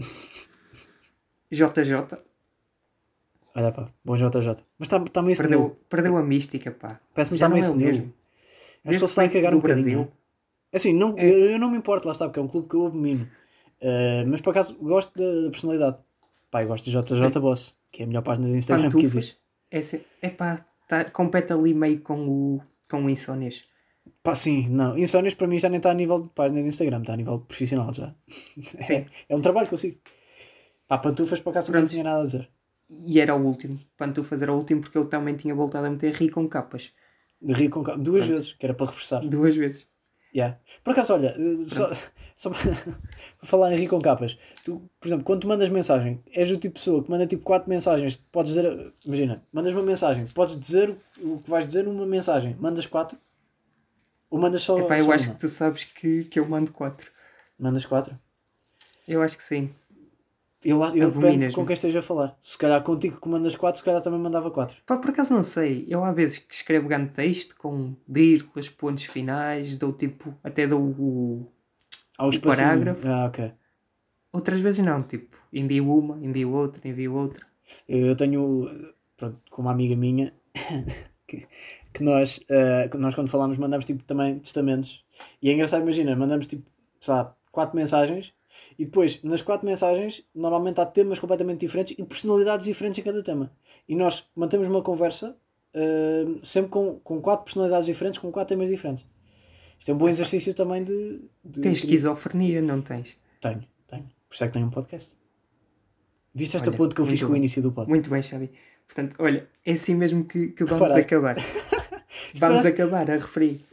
JJ. Olha pá, bom JJ. Mas está meio senil. Perdeu a mística, pá. Parece-me que Já está não meio é o senil. mesmo. Acho que ele está a cagar do um bocadinho. Brasil. Não é? Assim, não, eu não me importo, lá está, porque é um clube que eu abomino. Mas por acaso gosto da personalidade. Pá, eu gosto de JJ Boss, que é a melhor página de Instagram que existe. Pá, compete ali meio com o Insónias. Pá, sim, não. Insónias para mim já nem está a nível de página de Instagram, está a nível profissional já. Sim. É um trabalho que eu sigo. Pá, pantufas por acaso também não Pronto. tinha nada a dizer. E era o último. Pantufas era o último porque eu também tinha voltado a meter ri com capas. De rir com duas vezes, que era para reforçar. 2 vezes. Yeah. Por acaso, olha, só para falar em rir com capas, tu, por exemplo, quando tu mandas mensagem, és o tipo de pessoa que manda tipo 4 mensagens, podes dizer, imagina, mandas uma mensagem, podes dizer o que vais dizer numa mensagem, mandas 4? Ou mandas só, Epá, eu só acho uma? que tu sabes que eu mando 4. Mandas 4? Eu acho que sim. Eu dependo Abominas-me. com quem esteja a falar. Se calhar contigo que mandas 4, se calhar também mandava 4. Pá, por acaso não sei. Eu há vezes que escrevo grande texto com vírgulas, pontos finais, dou tipo, até dou o espacinho. parágrafo. Ok. Outras vezes não, tipo, envio uma, envio outra. Eu tenho, pronto, com uma amiga minha, que nós quando falamos mandamos tipo também testamentos. E é engraçado, imagina, mandamos tipo, sabe, 4 mensagens e depois nas 4 mensagens normalmente há temas completamente diferentes e personalidades diferentes em cada tema. E nós mantemos uma conversa sempre com 4 personalidades diferentes, com 4 temas diferentes. Isto é um bom exercício também de Tens esquizofrenia, não tens? Tenho. Por isso é que tenho um podcast. Viste esta Olha, ponte que eu fiz muito com o bem. início do podcast? Muito bem, Xavi. Portanto, olha, é assim mesmo que vamos Reparaste? acabar. Vamos acabar a referir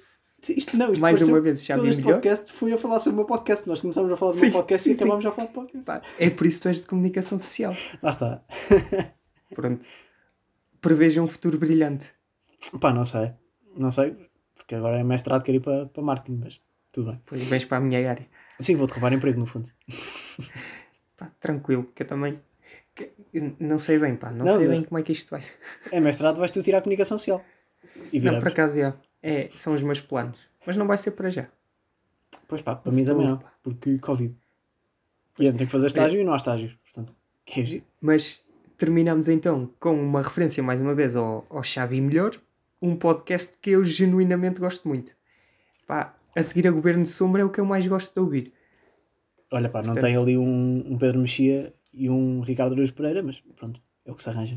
Isto mais pareceu, uma vez já todo vi este melhor. podcast foi a falar sobre o meu podcast. Nós começámos a falar do Sim, meu podcast e sim, acabámos a falar do podcast. Pá, é por isso que tu és de comunicação social. Lá está. Pronto. Preveja um futuro brilhante. Pá, não sei, porque agora é mestrado, quero ir para marketing, mas tudo bem. Pois vens para a minha área. Sim, vou-te roubar emprego, no fundo. Pá, tranquilo, que eu também eu não sei bem, pá, não sei bem como é que isto vai. É mestrado, vais tu tirar a comunicação social. E Não, viramos. por acaso já. São os meus planos. Mas não vai ser para já. Pois pá, para mim também não, porque Covid. E eu tenho que fazer estágio e não há estágios, portanto, que é giro. Mas terminamos então com uma referência mais uma vez ao Xavi Melhor, um podcast que eu genuinamente gosto muito. Pá, a seguir a Governo de Sombra é o que eu mais gosto de ouvir. Olha pá, não Portanto, tem ali um Pedro Mexia e um Ricardo Araújo Pereira, mas pronto, é o que se arranja.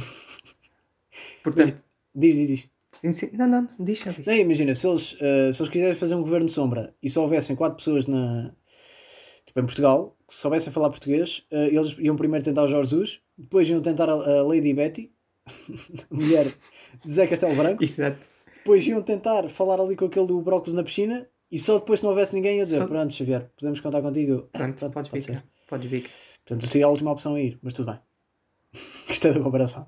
Portanto, Diz. sim. Não, diz Xavi. Não, imagina, se eles quiserem fazer um governo de sombra e só houvessem 4 pessoas tipo, em Portugal que soubessem falar português, eles iam primeiro tentar o Jorge Jesus, depois iam tentar a Lady Betty, mulher de Zé Castelo Branco, Exato. depois iam tentar falar ali com aquele do brócolis na piscina e só depois, se não houvesse ninguém, ia dizer: Só- pronto, Xavier, podemos contar contigo. Pronto, podes pode vir. ser. Podes vir. Portanto, seria a última opção a ir, mas tudo bem. Gostei da comparação.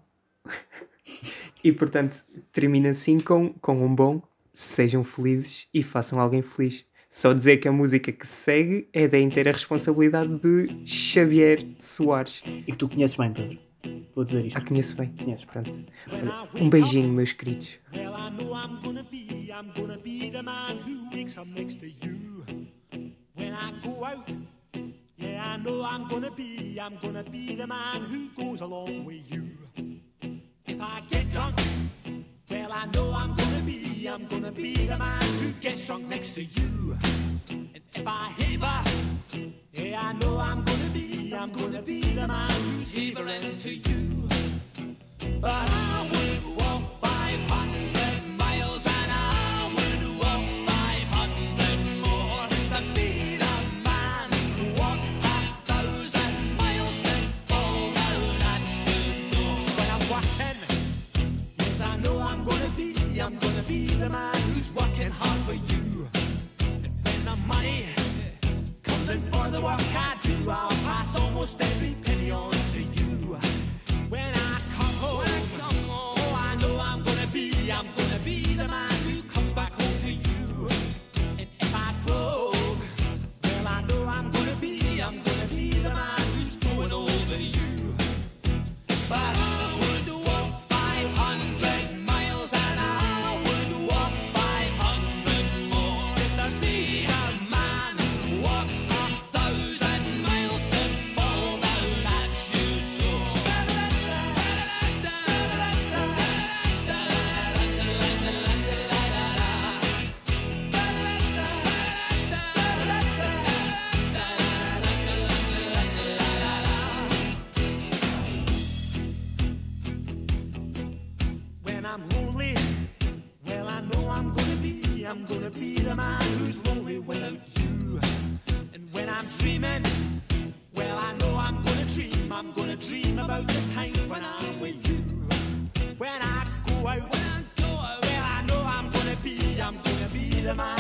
E portanto, termina assim com um bom sejam felizes e façam alguém feliz. Só dizer que a música que se segue é da inteira responsabilidade de Xavier Soares. E que tu conheces bem, Pedro. Vou dizer isto. Conheço bem. Conheces. Pronto. Olha, um beijinho, meus queridos. Well, I know I'm gonna be the man who wakes up next to you. When I go out, yeah, I know I'm gonna be the man who goes along with you. If I get drunk, well, I know I'm gonna be the man who gets drunk next to you. And if I haver, yeah, I know I'm gonna be the man who's havering to you. But I would walk 500 miles and I would walk 500 more just to be the man who walked 1,000 miles to fall down at your door. When I'm walking, yes, I know I'm gonna be the man who's working hard for you. And when the money comes in for the work I do, I'll pass almost every penny on to you. When I come home, oh, I know I'm gonna be the man who comes back home to you. And if I broke, well, I know I'm gonna be the man who's growing over you. But I would walk 500 miles and I would walk 500 more just to be the man who walks 1,000 miles to fall down at your door. When I'm lonely, well, I know I'm gonna be the man who's lonely without you. And when I'm dreaming, well, I know I'm gonna dream about the time when I'm with you. When I go out, well, I know I'm gonna be the man